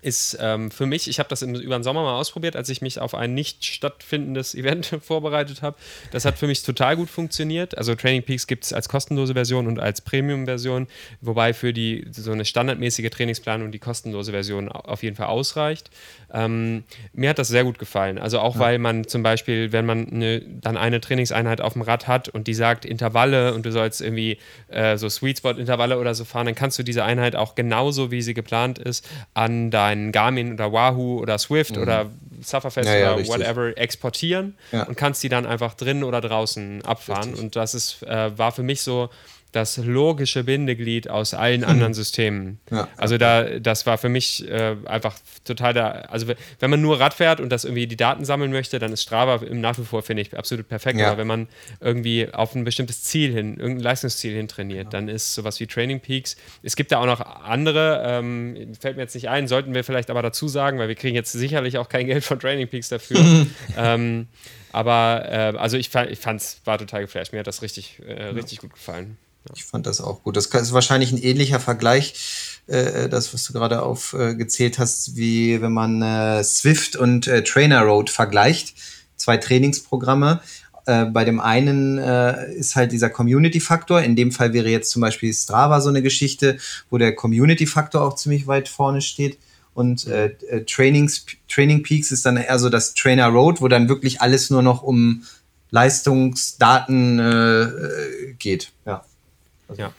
ist ähm, für mich, ich habe das im, über den Sommer mal ausprobiert, als ich mich auf ein nicht stattfindendes Event vorbereitet habe. Das hat für mich total gut funktioniert. Also Training Peaks gibt es als kostenlose Version und als Premium-Version, wobei für die so eine standardmäßige Trainingsplanung die kostenlose Version auf jeden Fall ausreicht. Ähm, mir hat das sehr gut gefallen. Also auch, ja. weil man zum Beispiel, wenn man eine, dann eine Trainingseinheit auf dem Rad hat und die sagt Intervalle und du sollst irgendwie äh, so Sweet Spot-Intervalle oder so fahren, dann kannst du diese Einheit auch genauso, wie sie geplant ist, an deinen Garmin oder Wahoo oder Swift mhm. oder Sufferfest ja, ja, oder richtig. whatever exportieren ja. und kannst die dann einfach drinnen oder draußen abfahren. Richtig. Und das ist, äh, war für mich so das logische Bindeglied aus allen mhm. anderen Systemen. Ja. Also da, das war für mich äh, einfach total da, also wenn man nur Rad fährt und das irgendwie die Daten sammeln möchte, dann ist Strava im nach wie vor, finde ich, absolut perfekt. Ja. Aber wenn man irgendwie auf ein bestimmtes Ziel hin, irgendein Leistungsziel hin trainiert, ja. dann ist sowas wie Training Peaks. Es gibt da auch noch andere, ähm, fällt mir jetzt nicht ein, sollten wir vielleicht aber dazu sagen, weil wir kriegen jetzt sicherlich auch kein Geld von Training Peaks dafür. ähm, aber äh, also ich, ich fand es, war total geflasht. Mir hat das richtig, äh, richtig ja. gut gefallen. Ich fand das auch gut. Das ist wahrscheinlich ein ähnlicher Vergleich, äh, das, was du gerade aufgezählt äh, hast, wie wenn man äh, Zwift und äh, Trainer Road vergleicht. Zwei Trainingsprogramme. Äh, bei dem einen äh, ist halt dieser Community-Faktor. In dem Fall wäre jetzt zum Beispiel Strava so eine Geschichte, wo der Community-Faktor auch ziemlich weit vorne steht. Und äh, Trainings, Training Peaks ist dann eher so das Trainer Road, wo dann wirklich alles nur noch um Leistungsdaten äh, geht. Ja. Also, ja.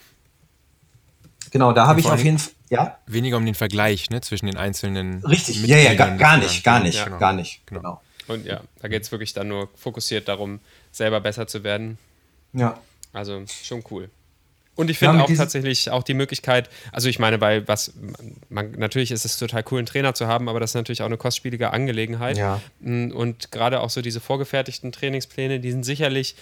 Genau, da habe ich auf jeden Fall, ja? Weniger um den Vergleich, ne, zwischen den einzelnen. Richtig, ja, ja, gar, gar nicht, gar nicht, ja. gar nicht, genau. genau. Und ja, da geht es wirklich dann nur fokussiert darum, selber besser zu werden. Ja. Also schon cool. Und ich finde ja, auch tatsächlich auch die Möglichkeit, also ich meine, weil was, man, natürlich ist es total cool, einen Trainer zu haben, aber das ist natürlich auch eine kostspielige Angelegenheit. Ja. Und gerade auch so diese vorgefertigten Trainingspläne, die sind sicherlich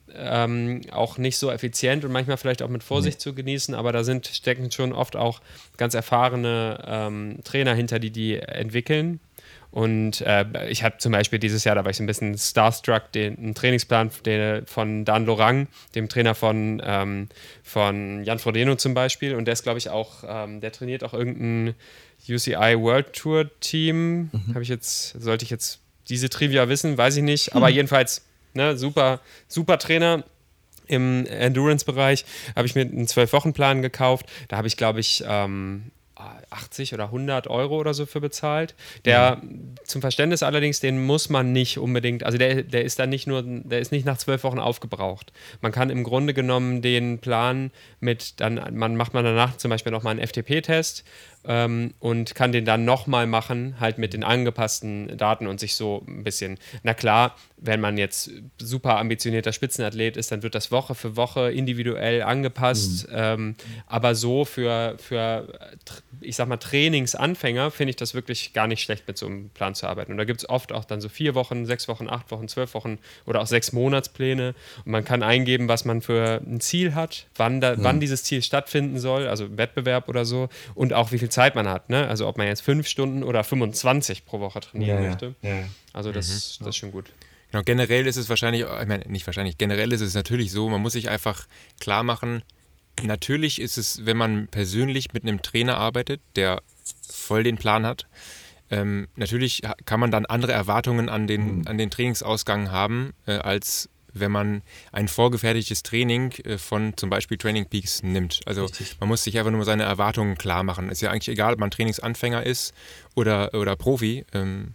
Ähm, auch nicht so effizient und manchmal vielleicht auch mit Vorsicht nee. zu genießen, aber da sind, stecken schon oft auch ganz erfahrene ähm, Trainer hinter, die die entwickeln. Und äh, ich habe zum Beispiel dieses Jahr, da war ich so ein bisschen starstruck, den einen Trainingsplan den, von Dan Lorang, dem Trainer von, ähm, von Jan Frodeno zum Beispiel, und der ist, glaube ich, auch, ähm, der trainiert auch irgendein U C I World Tour Team. Mhm. Habe ich jetzt, sollte ich jetzt diese Trivia wissen, weiß ich nicht, mhm. aber jedenfalls Ne, super, super Trainer im Endurance-Bereich. Habe ich mir einen zwölf-Wochen-Plan gekauft. Da habe ich, glaube ich, ähm, achtzig oder hundert Euro oder so für bezahlt. Der, mhm. zum Verständnis allerdings, den muss man nicht unbedingt, also der, der ist dann nicht nur, der ist nicht nach zwölf Wochen aufgebraucht. Man kann im Grunde genommen den Plan mit, dann man macht man danach zum Beispiel nochmal einen F T P-Test ähm, und kann den dann nochmal machen, halt mit den angepassten Daten und sich so ein bisschen, na klar, wenn man jetzt super ambitionierter Spitzenathlet ist, dann wird das Woche für Woche individuell angepasst, mhm. ähm, aber so für, für ich sag mal, Trainingsanfänger finde ich das wirklich gar nicht schlecht, mit so einem Plan zu arbeiten. Und da gibt es oft auch dann so vier Wochen, sechs Wochen, acht Wochen, zwölf Wochen oder auch sechs Monatspläne. Und man kann eingeben, was man für ein Ziel hat, wann, da, mhm. wann dieses Ziel stattfinden soll, also Wettbewerb oder so, und auch wie viel Zeit man hat. Ne? Also ob man jetzt fünf Stunden oder fünfundzwanzig pro Woche trainieren ja, möchte. Ja. Also das, mhm. das ist schon gut. Genau, generell ist es wahrscheinlich, ich meine, nicht wahrscheinlich, generell ist es natürlich so, man muss sich einfach klar machen, natürlich ist es, wenn man persönlich mit einem Trainer arbeitet, der voll den Plan hat, ähm, natürlich kann man dann andere Erwartungen an den, mhm. an den Trainingsausgang haben, äh, als wenn man ein vorgefertigtes Training äh, von zum Beispiel Training Peaks nimmt. Also Richtig. Man muss sich einfach nur seine Erwartungen klar machen. Ist ja eigentlich egal, ob man Trainingsanfänger ist oder, oder Profi. Ähm,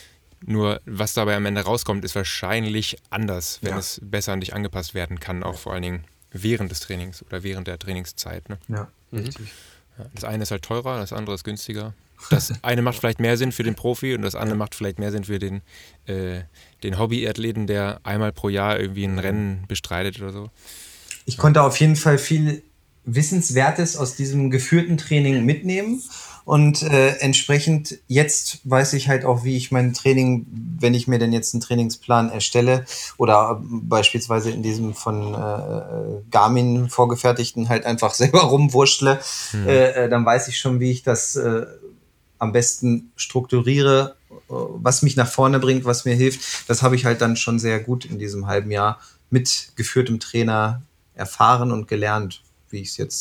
nur was dabei am Ende rauskommt, ist wahrscheinlich anders, wenn ja. es besser an dich angepasst werden kann, auch vor allen Dingen während des Trainings oder während der Trainingszeit. Ne? Ja, richtig. Ja, das eine ist halt teurer, das andere ist günstiger. Das eine macht vielleicht mehr Sinn für den Profi und das andere macht vielleicht mehr Sinn für den, äh, den Hobbyathleten, der einmal pro Jahr irgendwie ein Rennen bestreitet oder so. Ich konnte auf jeden Fall viel Wissenswertes aus diesem geführten Training mitnehmen. Und äh, entsprechend jetzt weiß ich halt auch, wie ich mein Training, wenn ich mir denn jetzt einen Trainingsplan erstelle oder beispielsweise in diesem von äh, Garmin vorgefertigten halt einfach selber rumwurschtle, hm. äh, dann weiß ich schon, wie ich das äh, am besten strukturiere, was mich nach vorne bringt, was mir hilft. Das habe ich halt dann schon sehr gut in diesem halben Jahr mit geführtem Trainer erfahren und gelernt, wie ich es jetzt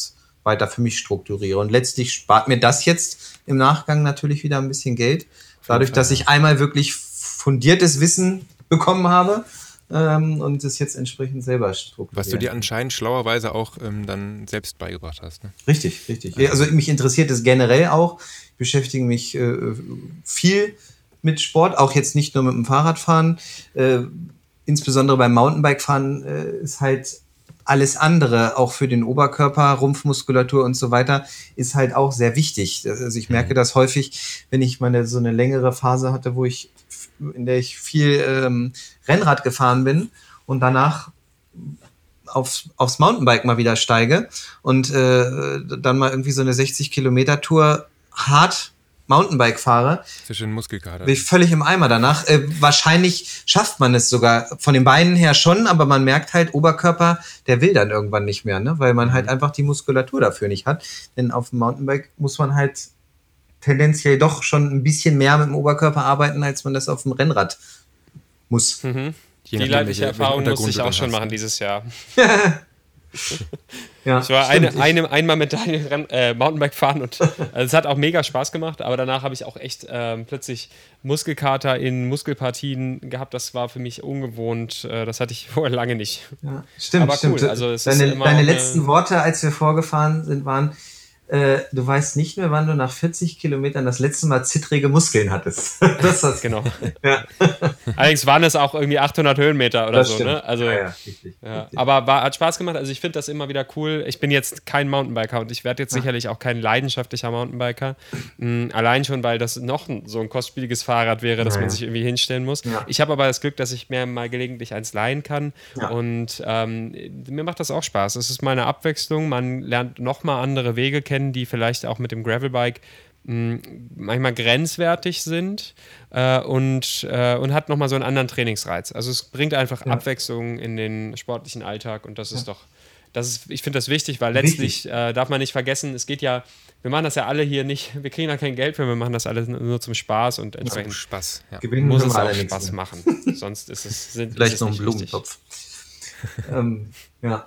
weiter für mich strukturiere. Und letztlich spart mir das jetzt im Nachgang natürlich wieder ein bisschen Geld. Dadurch, dass ich einmal wirklich fundiertes Wissen bekommen habe ähm, und es jetzt entsprechend selber strukturiere. Was du dir anscheinend schlauerweise auch ähm, dann selbst beigebracht hast. Ne? Richtig, richtig. Also mich interessiert es generell auch. Ich beschäftige mich äh, viel mit Sport, auch jetzt nicht nur mit dem Fahrradfahren. Äh, insbesondere beim Mountainbikefahren äh, ist halt alles andere, auch für den Oberkörper, Rumpfmuskulatur und so weiter, ist halt auch sehr wichtig. Also ich merke das häufig, wenn ich mal so eine längere Phase hatte, wo ich, in der ich viel ähm, Rennrad gefahren bin und danach aufs, aufs Mountainbike mal wieder steige und äh, dann mal irgendwie so eine sechzig Kilometer Tour hart Mountainbike fahre, zwischen Muskelkater. Bin ich völlig im Eimer danach. Äh, wahrscheinlich schafft man es sogar von den Beinen her schon, aber man merkt halt, Oberkörper, der will dann irgendwann nicht mehr, ne? Weil man halt einfach die Muskulatur dafür nicht hat. Denn auf dem Mountainbike muss man halt tendenziell doch schon ein bisschen mehr mit dem Oberkörper arbeiten, als man das auf dem Rennrad muss. Mhm. Die leidliche Erfahrung musste ich auch schon machen dieses Jahr. Ja, ich war eine, eine, einmal mit Daniel Renn, äh, Mountainbike fahren und also es hat auch mega Spaß gemacht, aber danach habe ich auch echt ähm, plötzlich Muskelkater in Muskelpartien gehabt. Das war für mich ungewohnt. Äh, das hatte ich vorher lange nicht. Ja, stimmt, aber stimmt. Cool. Also, es deine ist immer deine eine, letzten Worte, als wir vorgefahren sind, waren: Äh, du weißt nicht mehr, wann du nach vierzig Kilometern das letzte Mal zittrige Muskeln hattest. Das hast genau. Ja. Allerdings waren es auch irgendwie achthundert Höhenmeter oder das so. Stimmt. Ne? Also, ja, ja, richtig, ja. richtig. Aber war, hat Spaß gemacht. Also ich finde das immer wieder cool. Ich bin jetzt kein Mountainbiker und ich werde jetzt ja. sicherlich auch kein leidenschaftlicher Mountainbiker. Mhm. Allein schon, weil das noch ein, so ein kostspieliges Fahrrad wäre, dass ja, man sich irgendwie hinstellen muss. Ja. Ich habe aber das Glück, dass ich mir mal gelegentlich eins leihen kann. Ja. Und ähm, mir macht das auch Spaß. Es ist mal eine Abwechslung. Man lernt nochmal andere Wege kennen, die vielleicht auch mit dem Gravelbike mh, manchmal grenzwertig sind äh, und, äh, und hat nochmal so einen anderen Trainingsreiz. Also es bringt einfach ja. Abwechslung in den sportlichen Alltag und das ist ja. doch, das ist, ich finde das wichtig, weil letztlich äh, darf man nicht vergessen, es geht ja, wir machen das ja alle hier nicht, wir kriegen da kein Geld für, wir machen das alle nur zum Spaß und entsprechend zum Spaß, ja. muss es auch Spaß mehr. machen. Sonst ist es sind, vielleicht ist es noch ein Blumentopf. ähm, ja.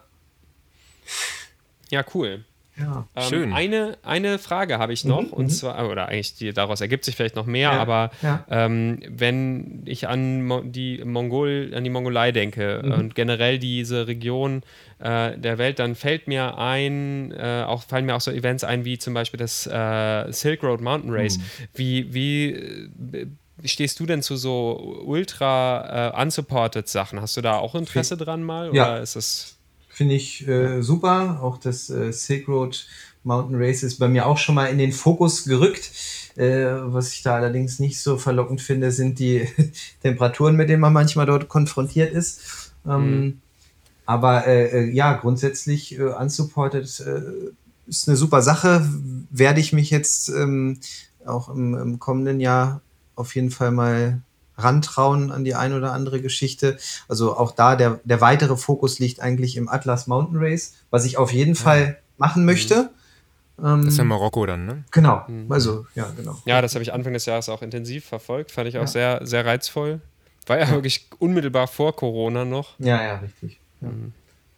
Ja, cool. Ja, ähm, schön. Eine, eine Frage habe ich noch, mhm, und zwar, oder eigentlich die, daraus ergibt sich vielleicht noch mehr, ja, aber ja. Ähm, wenn ich an Mo- die Mongol, an die Mongolei denke mhm. und generell diese Region äh, der Welt, dann fällt mir ein, äh, auch fallen mir auch so Events ein, wie zum Beispiel das äh, Silk Road Mountain Race. Mhm. Wie, wie äh, Wie stehst du denn zu so ultra äh, unsupported Sachen? Hast du da auch Interesse F- dran mal? Ja. Oder ist das Finde ich äh, super. Auch das äh, Silk Road Mountain Race ist bei mir auch schon mal in den Fokus gerückt. Äh, was ich da allerdings nicht so verlockend finde, sind die Temperaturen, mit denen man manchmal dort konfrontiert ist. Ähm, mhm. Aber äh, ja, grundsätzlich äh, unsupported äh, ist eine super Sache. Werde ich mich jetzt ähm, auch im, im kommenden Jahr auf jeden Fall mal rantrauen an die ein oder andere Geschichte. Also auch da, der, der weitere Fokus liegt eigentlich im Atlas Mountain Race, was ich auf jeden ja. Fall machen möchte. Mhm. Ähm, das ist ja Marokko dann, ne? Genau, mhm. also, ja, genau. Ja, das habe ich Anfang des Jahres auch intensiv verfolgt, fand ich auch ja. sehr, sehr reizvoll. War ja, ja wirklich unmittelbar vor Corona noch. Ja, ja, richtig. Ja. Mhm.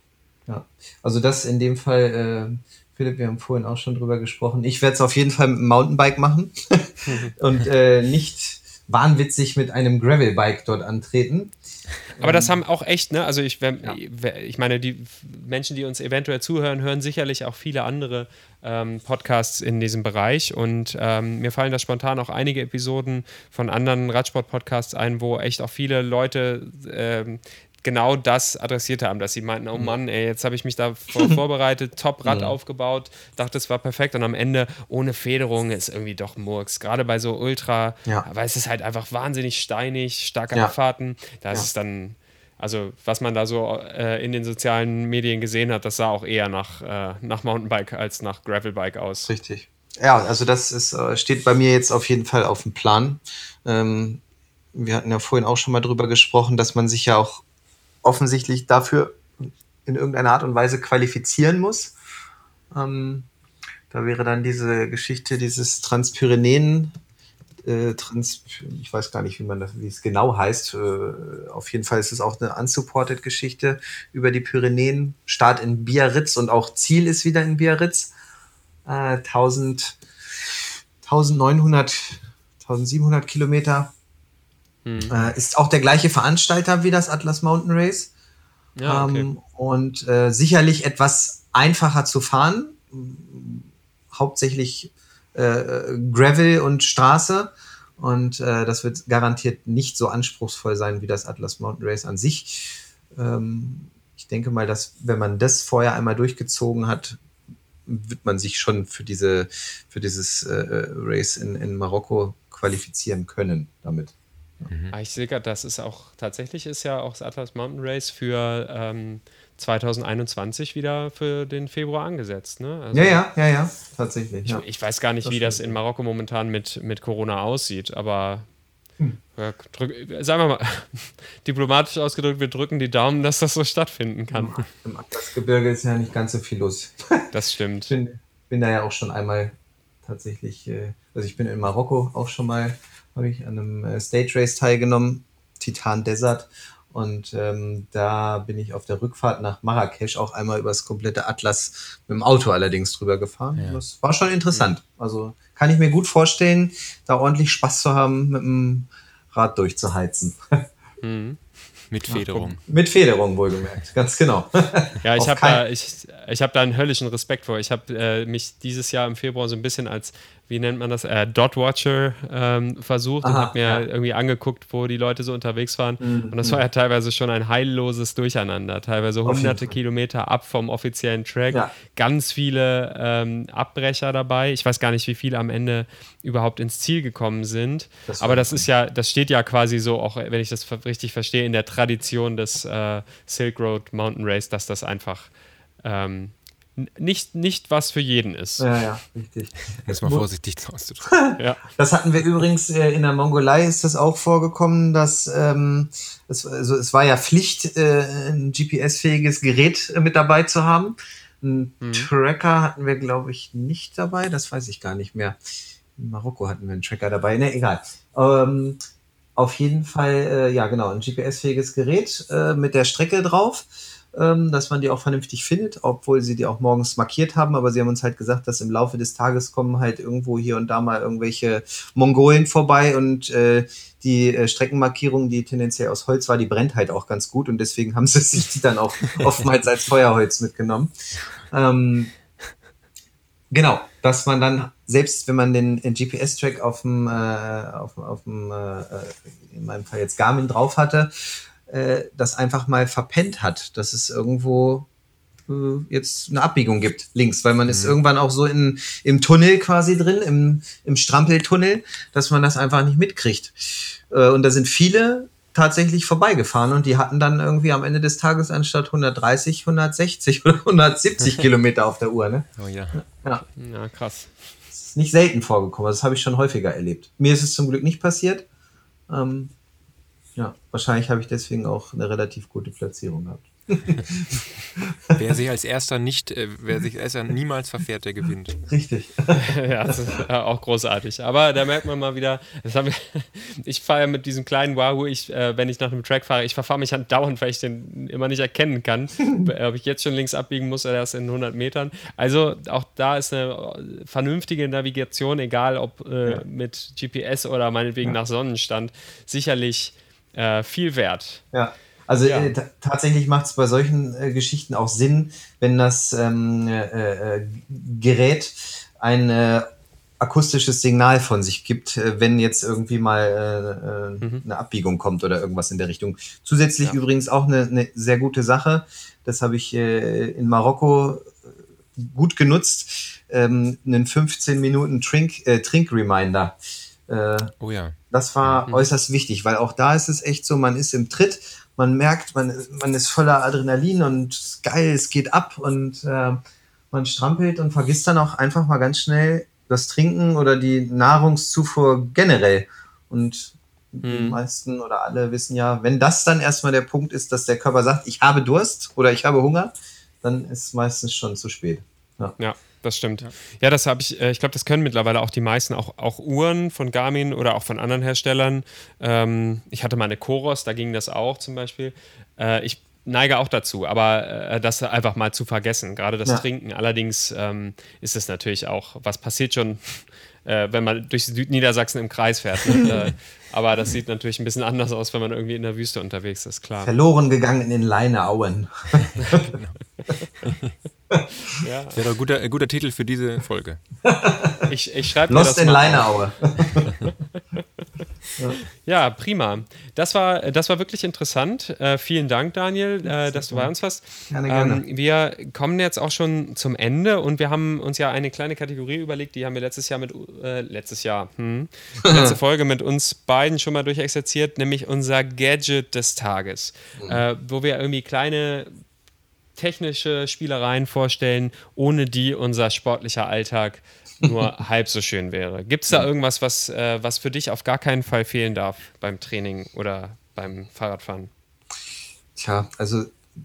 ja. Also das in dem Fall, äh, Philipp, wir haben vorhin auch schon drüber gesprochen, ich werde es auf jeden Fall mit dem Mountainbike machen und äh, nicht wahnwitzig mit einem Gravelbike dort antreten. Aber das haben auch echt, ne, also ich, ja. ich meine, die Menschen, die uns eventuell zuhören, hören sicherlich auch viele andere ähm, Podcasts in diesem Bereich und ähm, mir fallen da spontan auch einige Episoden von anderen Radsport-Podcasts ein, wo echt auch viele Leute ähm, genau das adressiert haben, dass sie meinten, oh Mann, ey, jetzt habe ich mich da vor, vorbereitet, top Rad ja. aufgebaut, dachte, es war perfekt und am Ende ohne Federung ist irgendwie doch Murks. Gerade bei so Ultra, ja. weil es ist halt einfach wahnsinnig steinig, starke ja. Abfahrten, da ist ja. es dann, also was man da so äh, in den sozialen Medien gesehen hat, das sah auch eher nach, äh, nach Mountainbike als nach Gravelbike aus. Richtig. Ja, also das ist, äh, steht bei mir jetzt auf jeden Fall auf dem Plan. Ähm, wir hatten ja vorhin auch schon mal drüber gesprochen, dass man sich ja auch offensichtlich dafür in irgendeiner Art und Weise qualifizieren muss. Ähm, da wäre dann diese Geschichte, dieses Transpyrenäen, äh, Trans, ich weiß gar nicht, wie man das, wie es genau heißt. Äh, auf jeden Fall ist es auch eine unsupported Geschichte über die Pyrenäen. Start in Biarritz und auch Ziel ist wieder in Biarritz. äh, tausend, neunzehnhundert, siebenhundert Kilometer. Mhm. Äh, ist auch der gleiche Veranstalter wie das Atlas Mountain Race. Ja, okay. ähm, und äh, sicherlich etwas einfacher zu fahren. Hauptsächlich äh, Gravel und Straße. Und äh, das wird garantiert nicht so anspruchsvoll sein wie das Atlas Mountain Race an sich. Ähm, ich denke mal, dass wenn man das vorher einmal durchgezogen hat, wird man sich schon für diese für dieses äh, Race in, in Marokko qualifizieren können damit. Mhm. Ich sehe gerade, das ist auch, tatsächlich ist ja auch das Atlas Mountain Race für ähm, zwanzig einundzwanzig wieder für den Februar angesetzt, ne? Also, ja, ja, ja, ja, tatsächlich. Ich, ja. ich weiß gar nicht, das wie das in Marokko momentan mit, mit Corona aussieht, aber hm. ja, drück, sagen wir mal, diplomatisch ausgedrückt, wir drücken die Daumen, dass das so stattfinden kann. Im Atlasgebirge ist ja nicht ganz so viel los. Das stimmt. Ich bin, bin da ja auch schon einmal tatsächlich, also ich bin in Marokko auch schon mal, habe ich an einem Stage Race teilgenommen, Titan Desert. Und ähm, da bin ich auf der Rückfahrt nach Marrakesch auch einmal über das komplette Atlas mit dem Auto allerdings drüber gefahren. Ja. Das war schon interessant. Also kann ich mir gut vorstellen, da ordentlich Spaß zu haben, mit dem Rad durchzuheizen. Mhm. Mit Federung. Ja, mit Federung, wohlgemerkt, ganz genau. Ja, ich habe da, ich, ich hab da einen höllischen Respekt vor. Ich habe äh, mich dieses Jahr im Februar so ein bisschen als, wie nennt man das, äh, Dot-Watcher ähm, versucht Aha, und habe mir ja. irgendwie angeguckt, wo die Leute so unterwegs waren. Mhm. Und das war ja teilweise schon ein heilloses Durcheinander. Teilweise hunderte Kilometer ab vom offiziellen Track. Ja. Ganz viele ähm, Abbrecher dabei. Ich weiß gar nicht, wie viele am Ende überhaupt ins Ziel gekommen sind. Das Aber das ist ja, das steht ja quasi so, auch wenn ich das richtig verstehe, in der Tradition des äh, Silk Road Mountain Race, dass das einfach ähm, nicht, nicht was für jeden ist. Ja, ja, richtig. Muss man vorsichtig auszudrücken. Ja. Das hatten wir übrigens äh, in der Mongolei, ist das auch vorgekommen, dass ähm, es, also es war ja Pflicht, äh, ein G P S-fähiges Gerät äh, mit dabei zu haben. Ein hm. Tracker hatten wir, glaube ich, nicht dabei, das weiß ich gar nicht mehr. In Marokko hatten wir einen Tracker dabei, ne, egal. Ähm, auf jeden Fall, äh, ja genau, ein G P S-fähiges Gerät äh, mit der Strecke drauf, ähm, dass man die auch vernünftig findet, obwohl sie die auch morgens markiert haben, aber sie haben uns halt gesagt, dass im Laufe des Tages kommen halt irgendwo hier und da mal irgendwelche Mongolen vorbei und äh, die äh, Streckenmarkierung, die tendenziell aus Holz war, die brennt halt auch ganz gut und deswegen haben sie sich die dann auch oftmals als Feuerholz mitgenommen. Ähm, Genau, dass man dann, selbst wenn man den, den G P S-Track auf dem, äh, auf, auf dem äh, in meinem Fall jetzt Garmin drauf hatte, äh, das einfach mal verpennt hat, dass es irgendwo äh, jetzt eine Abbiegung gibt, links, weil man mhm. ist irgendwann auch so in, im Tunnel quasi drin, im, im Strampeltunnel, dass man das einfach nicht mitkriegt. Äh, und da sind viele tatsächlich vorbeigefahren und die hatten dann irgendwie am Ende des Tages anstatt hundertdreißig, hundertsechzig oder hundertsiebzig Kilometer auf der Uhr. Ne? Oh ja. Ja. Ja, krass. Das ist nicht selten vorgekommen, das habe ich schon häufiger erlebt. Mir ist es zum Glück nicht passiert. Ähm, ja, wahrscheinlich habe ich deswegen auch eine relativ gute Platzierung gehabt. Wer sich als erster nicht, äh, wer sich als erster niemals verfährt, der gewinnt. Richtig. Ja, das ist ja auch großartig. Aber da merkt man mal wieder, das haben wir, ich fahre ja mit diesem kleinen Wahoo, ich, äh, wenn ich nach einem Track fahre, ich verfahre mich andauernd, weil ich den immer nicht erkennen kann, ob ich jetzt schon links abbiegen muss oder erst in hundert Metern. Also auch da ist eine vernünftige Navigation, egal ob äh, ja. mit G P S oder meinetwegen ja. nach Sonnenstand, sicherlich äh, viel wert. Ja. Also ja. äh, t- tatsächlich macht es bei solchen äh, Geschichten auch Sinn, wenn das ähm, äh, Gerät ein äh, akustisches Signal von sich gibt, äh, wenn jetzt irgendwie mal äh, mhm. eine Abbiegung kommt oder irgendwas in der Richtung. Zusätzlich ja. übrigens auch eine, eine sehr gute Sache, das habe ich äh, in Marokko gut genutzt, ähm, einen fünfzehn Minuten Trink, äh, Trink-Reminder. Äh, oh ja. Das war mhm. äußerst wichtig, weil auch da ist es echt so, man ist im Tritt, man merkt, man, man ist voller Adrenalin und geil, es geht ab und äh, man strampelt und vergisst dann auch einfach mal ganz schnell das Trinken oder die Nahrungszufuhr generell. Und hm. die meisten oder alle wissen ja, wenn das dann erstmal der Punkt ist, dass der Körper sagt, ich habe Durst oder ich habe Hunger, dann ist meistens schon zu spät. Ja. Ja. Das stimmt. Ja, ja das habe ich, äh, ich glaube, das können mittlerweile auch die meisten, auch, auch Uhren von Garmin oder auch von anderen Herstellern. Ähm, ich hatte mal eine Coros, da ging das auch zum Beispiel. Äh, ich neige auch dazu, aber äh, das einfach mal zu vergessen, gerade das ja. Trinken. Allerdings ähm, ist es natürlich auch, was passiert schon, äh, wenn man durch Südniedersachsen im Kreis fährt. Ne? äh, aber das sieht natürlich ein bisschen anders aus, wenn man irgendwie in der Wüste unterwegs ist, klar. Verloren gegangen in den Leineauen. Ja. Das wäre doch ein guter, ein guter Titel für diese Folge. Ich, ich schreibe Lost in Leineaue. Ja, prima. Das war, das war wirklich interessant. Äh, vielen Dank, Daniel, äh, dass du bei uns warst. Gerne, gerne. Ähm, wir kommen jetzt auch schon zum Ende und wir haben uns ja eine kleine Kategorie überlegt, die haben wir letztes Jahr mit, äh, letztes Jahr, hm, letzte Folge mit uns beiden schon mal durchexerziert, nämlich unser Gadget des Tages, mhm. äh, wo wir irgendwie kleine technische Spielereien vorstellen, ohne die unser sportlicher Alltag nur halb so schön wäre. Gibt es da irgendwas, was, äh, was für dich auf gar keinen Fall fehlen darf beim Training oder beim Fahrradfahren? Tja, also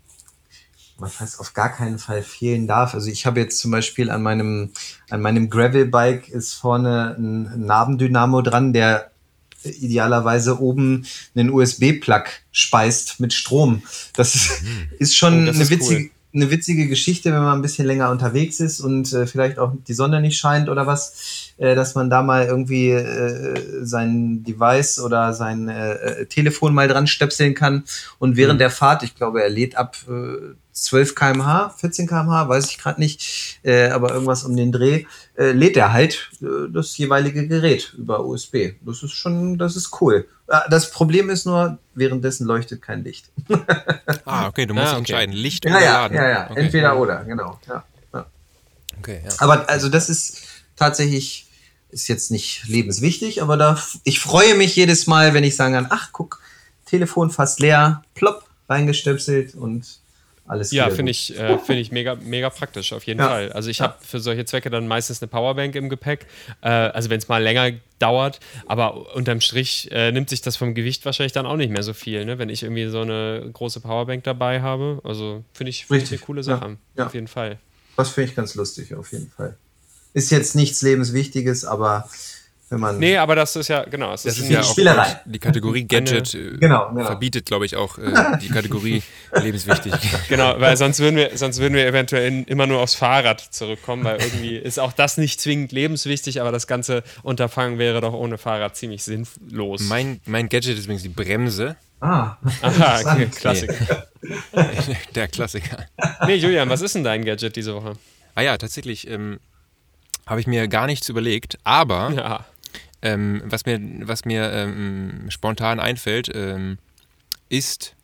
was heißt auf gar keinen Fall fehlen darf. Also ich habe jetzt zum Beispiel an meinem, an meinem Gravel-Bike ist vorne ein Nabendynamo dran, der idealerweise oben einen U S B-Plug speist mit Strom. Das ist, ist schon oh, das eine, ist witzige, cool. eine witzige Geschichte, wenn man ein bisschen länger unterwegs ist und äh, vielleicht auch die Sonne nicht scheint oder was, äh, dass man da mal irgendwie äh, sein Device oder sein äh, Telefon mal dran stöpseln kann und während mhm. der Fahrt, ich glaube, er lädt ab äh, zwölf Kilometer pro Stunde, vierzehn Kilometer pro Stunde, weiß ich gerade nicht, äh, aber irgendwas um den Dreh, äh, lädt er halt äh, das jeweilige Gerät über U S B. Das ist schon, das ist cool. Das Problem ist nur, währenddessen leuchtet kein Licht. Ah, okay, du musst ah, okay. entscheiden, Licht ja, oder ja, Laden. Ja, ja, okay. entweder oder, genau. Ja, ja. Okay, ja. Aber also das ist tatsächlich, ist jetzt nicht lebenswichtig, aber da, ich freue mich jedes Mal, wenn ich sagen kann, ach guck, Telefon fast leer, plopp, reingestöpselt und alles ja, finde ich, äh, find ich mega, mega praktisch, auf jeden ja. Fall. Also ich ja. habe für solche Zwecke dann meistens eine Powerbank im Gepäck, äh, also wenn es mal länger dauert, aber unterm Strich äh, nimmt sich das vom Gewicht wahrscheinlich dann auch nicht mehr so viel, ne? Wenn ich irgendwie so eine große Powerbank dabei habe. Also finde ich, find ich eine coole Sache, ja. Ja. auf jeden Fall. Das finde ich ganz lustig, auf jeden Fall. Ist jetzt nichts Lebenswichtiges, aber wenn man... Nee, aber das ist ja, genau. Das, das ist ja auch Spielerei. Die Kategorie Gadget Eine, genau, genau. verbietet, glaube ich, auch äh, die Kategorie lebenswichtig. Genau, weil sonst würden wir, sonst würden wir eventuell immer nur aufs Fahrrad zurückkommen, weil irgendwie ist auch das nicht zwingend lebenswichtig, aber das ganze Unterfangen wäre doch ohne Fahrrad ziemlich sinnlos. Mein, mein Gadget ist übrigens die Bremse. Ah, aha, okay, Klassiker. Nee. Der Klassiker. Nee, Julian, was ist denn dein Gadget diese Woche? Ah ja, tatsächlich ähm, habe ich mir gar nichts überlegt, aber... Ja. Ähm, was mir, was mir ähm, spontan einfällt, ähm, ist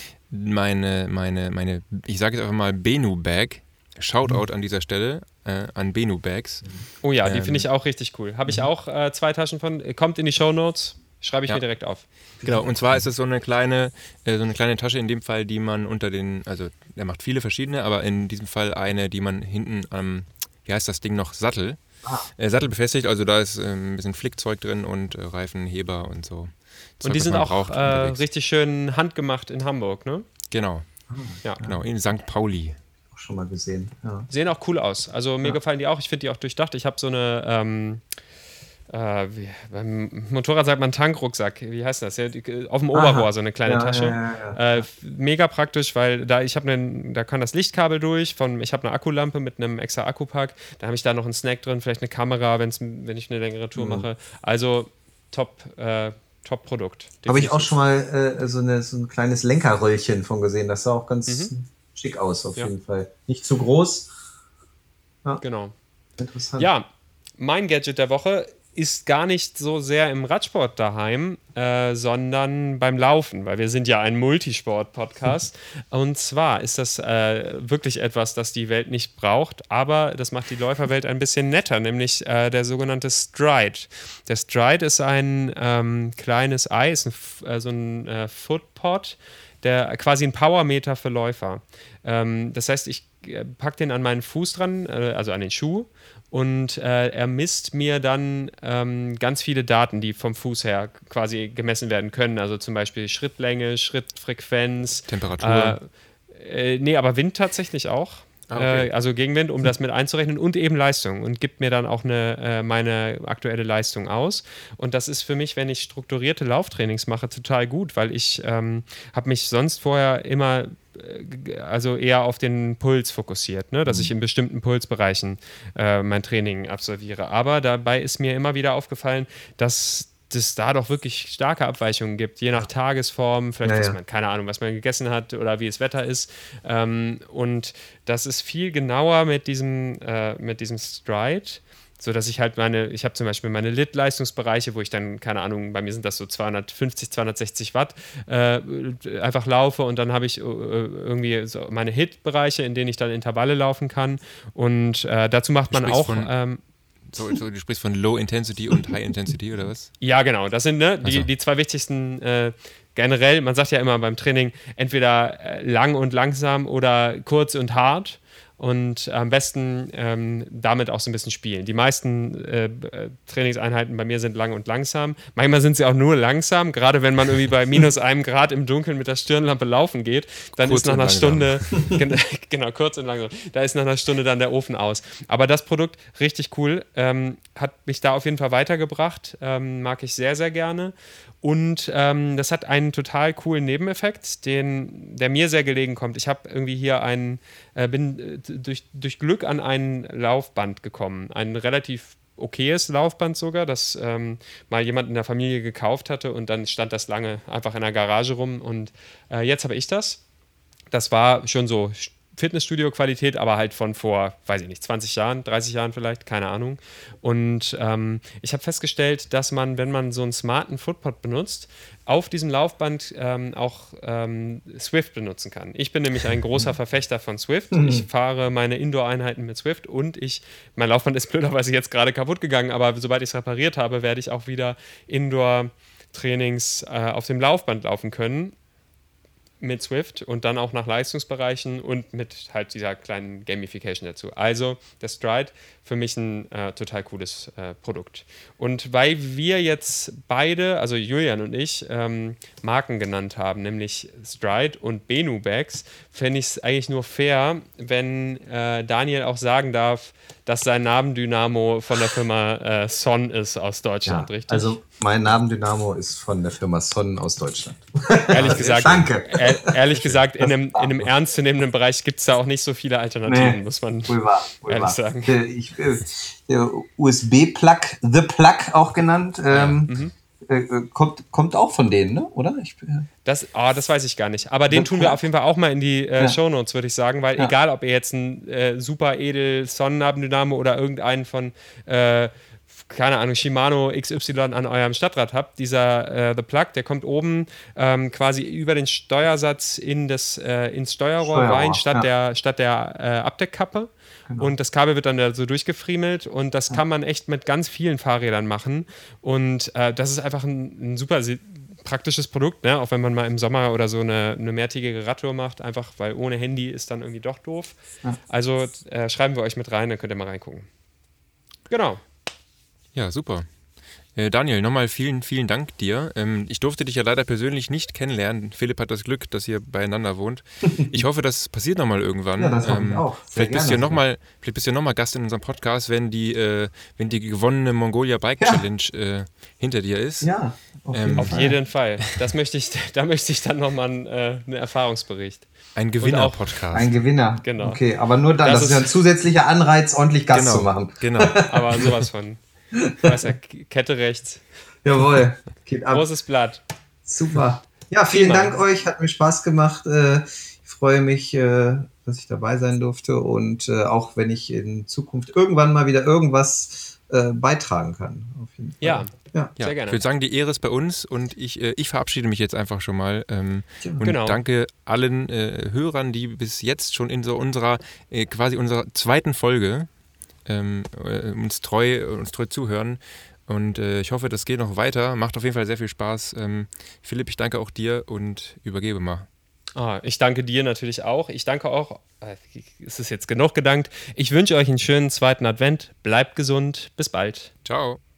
meine, meine, meine, ich sage jetzt einfach mal Benu-Bag. Shoutout mhm. an dieser Stelle äh, an Benu-Bags. Oh ja, die ähm, finde ich auch richtig cool. Habe ich auch äh, zwei Taschen von. Kommt in die Shownotes, schreibe ich ja. mir direkt auf. Genau, und zwar ist es so eine kleine, äh, so eine kleine Tasche in dem Fall, die man unter den, also der macht viele verschiedene, aber in diesem Fall eine, die man hinten am, wie heißt das Ding noch, Sattel, Ah. Äh, Sattel befestigt, also da ist äh, ein bisschen Flickzeug drin und äh, Reifenheber und so. Zeug, und die sind auch braucht, äh, richtig schön handgemacht in Hamburg, ne? Genau. Ah. Ja. Genau, in Sankt Pauli. Auch schon mal gesehen, ja. Sehen auch cool aus. Also mir ja. gefallen die auch. Ich finde die auch durchdacht. Ich habe so eine, ähm, äh, wie, beim Motorrad sagt man Tankrucksack. Wie heißt das? Ja, die, auf dem Oberrohr Aha. so eine kleine ja, Tasche. Ja, ja, ja. Äh, mega praktisch, weil da ich habe einen, da kann das Lichtkabel durch. Von, ich habe eine Akkulampe mit einem extra Akkupack. Da habe ich da noch einen Snack drin, vielleicht eine Kamera, wenn's, wenn ich eine längere Tour mhm. mache. Also top, äh, top Produkt. Habe ich auch schon mal äh, so, eine, so ein kleines Lenkerröllchen von gesehen. Das sah auch ganz mhm. schick aus, auf ja. jeden Fall. Nicht zu groß. Ja. Genau. Interessant. Ja, mein Gadget der Woche ist gar nicht so sehr im Radsport daheim, äh, sondern beim Laufen, weil wir sind ja ein Multisport-Podcast. Und zwar ist das äh, wirklich etwas, das die Welt nicht braucht, aber das macht die Läuferwelt ein bisschen netter, nämlich äh, der sogenannte Stride. Der Stride ist ein ähm, kleines Ei, ist ein, äh, so ein äh, Footpod, der quasi ein Powermeter für Läufer. Ähm, das heißt, ich äh, packe den an meinen Fuß dran, äh, also an den Schuh, und äh, er misst mir dann ähm, ganz viele Daten, die vom Fuß her quasi gemessen werden können. Also zum Beispiel Schrittlänge, Schrittfrequenz. Temperatur. Äh, äh, nee, aber Wind tatsächlich auch. Ah, okay. äh, also Gegenwind, um das mit einzurechnen und eben Leistung. Und gibt mir dann auch eine, äh, meine aktuelle Leistung aus. Und das ist für mich, wenn ich strukturierte Lauftrainings mache, total gut, weil ich ähm, habe mich sonst vorher immer also eher auf den Puls fokussiert, ne? Dass ich in bestimmten Pulsbereichen äh, mein Training absolviere. Aber dabei ist mir immer wieder aufgefallen, dass es da doch wirklich starke Abweichungen gibt, je nach Tagesform, vielleicht, ja, ja. man, keine Ahnung, was man gegessen hat oder wie das Wetter ist. Ähm, und das ist viel genauer mit diesem, äh, mit diesem Stride, so dass ich halt meine, ich habe zum Beispiel meine Lit-Leistungsbereiche, wo ich dann, keine Ahnung, bei mir sind das so zweihundertfünfzig, zweihundertsechzig Watt, äh, einfach laufe und dann habe ich äh, irgendwie so meine Hit-Bereiche, in denen ich dann Intervalle laufen kann und äh, dazu macht man auch... Von, ähm, so, so, du sprichst von Low Intensity und High Intensity oder was? Ja, genau, das sind ne, die, so. die zwei wichtigsten äh, generell, man sagt ja immer beim Training, entweder äh, lang und langsam oder kurz und hart. Und am besten ähm, damit auch so ein bisschen spielen. Die meisten äh, Trainingseinheiten bei mir sind lang und langsam. Manchmal sind sie auch nur langsam, gerade wenn man irgendwie bei minus einem Grad im Dunkeln mit der Stirnlampe laufen geht, dann kurz ist nach einer Stunde, genau, kurz und langsam, da ist nach einer Stunde dann der Ofen aus. Aber das Produkt, richtig cool, ähm, hat mich da auf jeden Fall weitergebracht, ähm, mag ich sehr, sehr gerne. Und ähm, das hat einen total coolen Nebeneffekt, den, der mir sehr gelegen kommt. Ich habe irgendwie hier einen, äh, bin äh, durch, durch Glück an ein Laufband gekommen. Ein relativ okayes Laufband sogar, das ähm, mal jemand in der Familie gekauft hatte und dann stand das lange einfach in der Garage rum. Und äh, jetzt habe ich das. Das war schon so Fitnessstudio-Qualität, aber halt von vor, weiß ich nicht, zwanzig Jahren, dreißig Jahren vielleicht, keine Ahnung. Und ähm, ich habe festgestellt, dass man, wenn man so einen smarten Footpod benutzt, auf diesem Laufband ähm, auch ähm, Swift benutzen kann. Ich bin nämlich ein großer Verfechter von Swift. Ich fahre meine Indoor-Einheiten mit Swift und ich, mein Laufband ist blöderweise jetzt gerade kaputt gegangen, aber sobald ich es repariert habe, werde ich auch wieder Indoor-Trainings äh, auf dem Laufband laufen können. Mit Swift und dann auch nach Leistungsbereichen und mit halt dieser kleinen Gamification dazu. Also der Stride, für mich ein äh, total cooles äh, Produkt. Und weil wir jetzt beide, also Julian und ich, ähm, Marken genannt haben, nämlich Stride und Benu Bags, fände ich es eigentlich nur fair, wenn äh, Daniel auch sagen darf, dass sein Nabendynamo von der Firma äh, Son ist aus Deutschland, ja, richtig? Also mein Nabendynamo ist von der Firma Son aus Deutschland. Ehrlich gesagt, Danke. Ehr, ehrlich gesagt, in einem, in einem ernstzunehmenden Bereich gibt es da auch nicht so viele Alternativen, nee, muss man wohl wahr, wohl ehrlich wahr. sagen. Der, ich, der U S B-Plug, The Plug auch genannt, ähm, ja, mhm. äh, kommt, kommt auch von denen, ne? Oder? Ich, äh Das, oh, das weiß ich gar nicht. Aber den tun wir auf jeden Fall auch mal in die äh, ja. Shownotes, würde ich sagen, weil ja. egal, ob ihr jetzt einen äh, super edel Sonnennabendynamo oder irgendeinen von, äh, keine Ahnung, Shimano X Y an eurem Stadtrad habt, dieser äh, The Plug, der kommt oben ähm, quasi über den Steuersatz in das, äh, ins Steuerrohr, Steuerrohr rein, statt ja. der, statt der äh, Abdeckkappe. Genau. Und das Kabel wird dann da so durchgefriemelt und das ja. kann man echt mit ganz vielen Fahrrädern machen. Und äh, das ist einfach ein, ein super praktisches Produkt, ne? Auch wenn man mal im Sommer oder so eine, eine mehrtägige Radtour macht, einfach weil ohne Handy ist dann irgendwie doch doof. Ja. Also äh, schreiben wir euch mit rein, dann könnt ihr mal reingucken. Genau. Ja, super. Äh, Daniel, nochmal vielen, vielen Dank dir. Ähm, ich durfte dich ja leider persönlich nicht kennenlernen. Philipp hat das Glück, dass ihr beieinander wohnt. Ich hoffe, das passiert nochmal irgendwann. Ja, das hoffe ich auch. Sehr vielleicht, bist du ja noch mal, vielleicht bist du ja nochmal Gast in unserem Podcast, wenn die, äh, wenn die gewonnene Mongolia Bike ja. Challenge äh, hinter dir ist. Ja, auf jeden, ähm, auf jeden Fall. Das möchte ich, da möchte ich dann nochmal einen, äh, einen Erfahrungsbericht. Ein Gewinner-Podcast. Ein Gewinner. Genau. Okay, aber nur dann. Das, das ist ja ein zusätzlicher Anreiz, ordentlich Gas genau, zu machen. Genau. Aber sowas von. Ich weiß ja, Kette rechts. Jawohl. Geht ab. Großes Blatt. Super. Ja, vielen Prima. Dank euch. Hat mir Spaß gemacht. Ich freue mich, dass ich dabei sein durfte und auch wenn ich in Zukunft irgendwann mal wieder irgendwas beitragen kann. Auf jeden Fall. Ja. Ja, ja, sehr gerne. Ich würde sagen, die Ehre ist bei uns und ich, äh, ich verabschiede mich jetzt einfach schon mal ähm, ja, und genau. danke allen äh, Hörern, die bis jetzt schon in so unserer, äh, quasi unserer zweiten Folge ähm, äh, uns, treu, uns treu zuhören und äh, ich hoffe, das geht noch weiter. Macht auf jeden Fall sehr viel Spaß. Ähm, Philipp, ich danke auch dir und übergebe mal. Ah, ich danke dir natürlich auch. Ich danke auch, äh, es ist jetzt genug gedankt. Ich wünsche euch einen schönen zweiten Advent. Bleibt gesund. Bis bald. Ciao.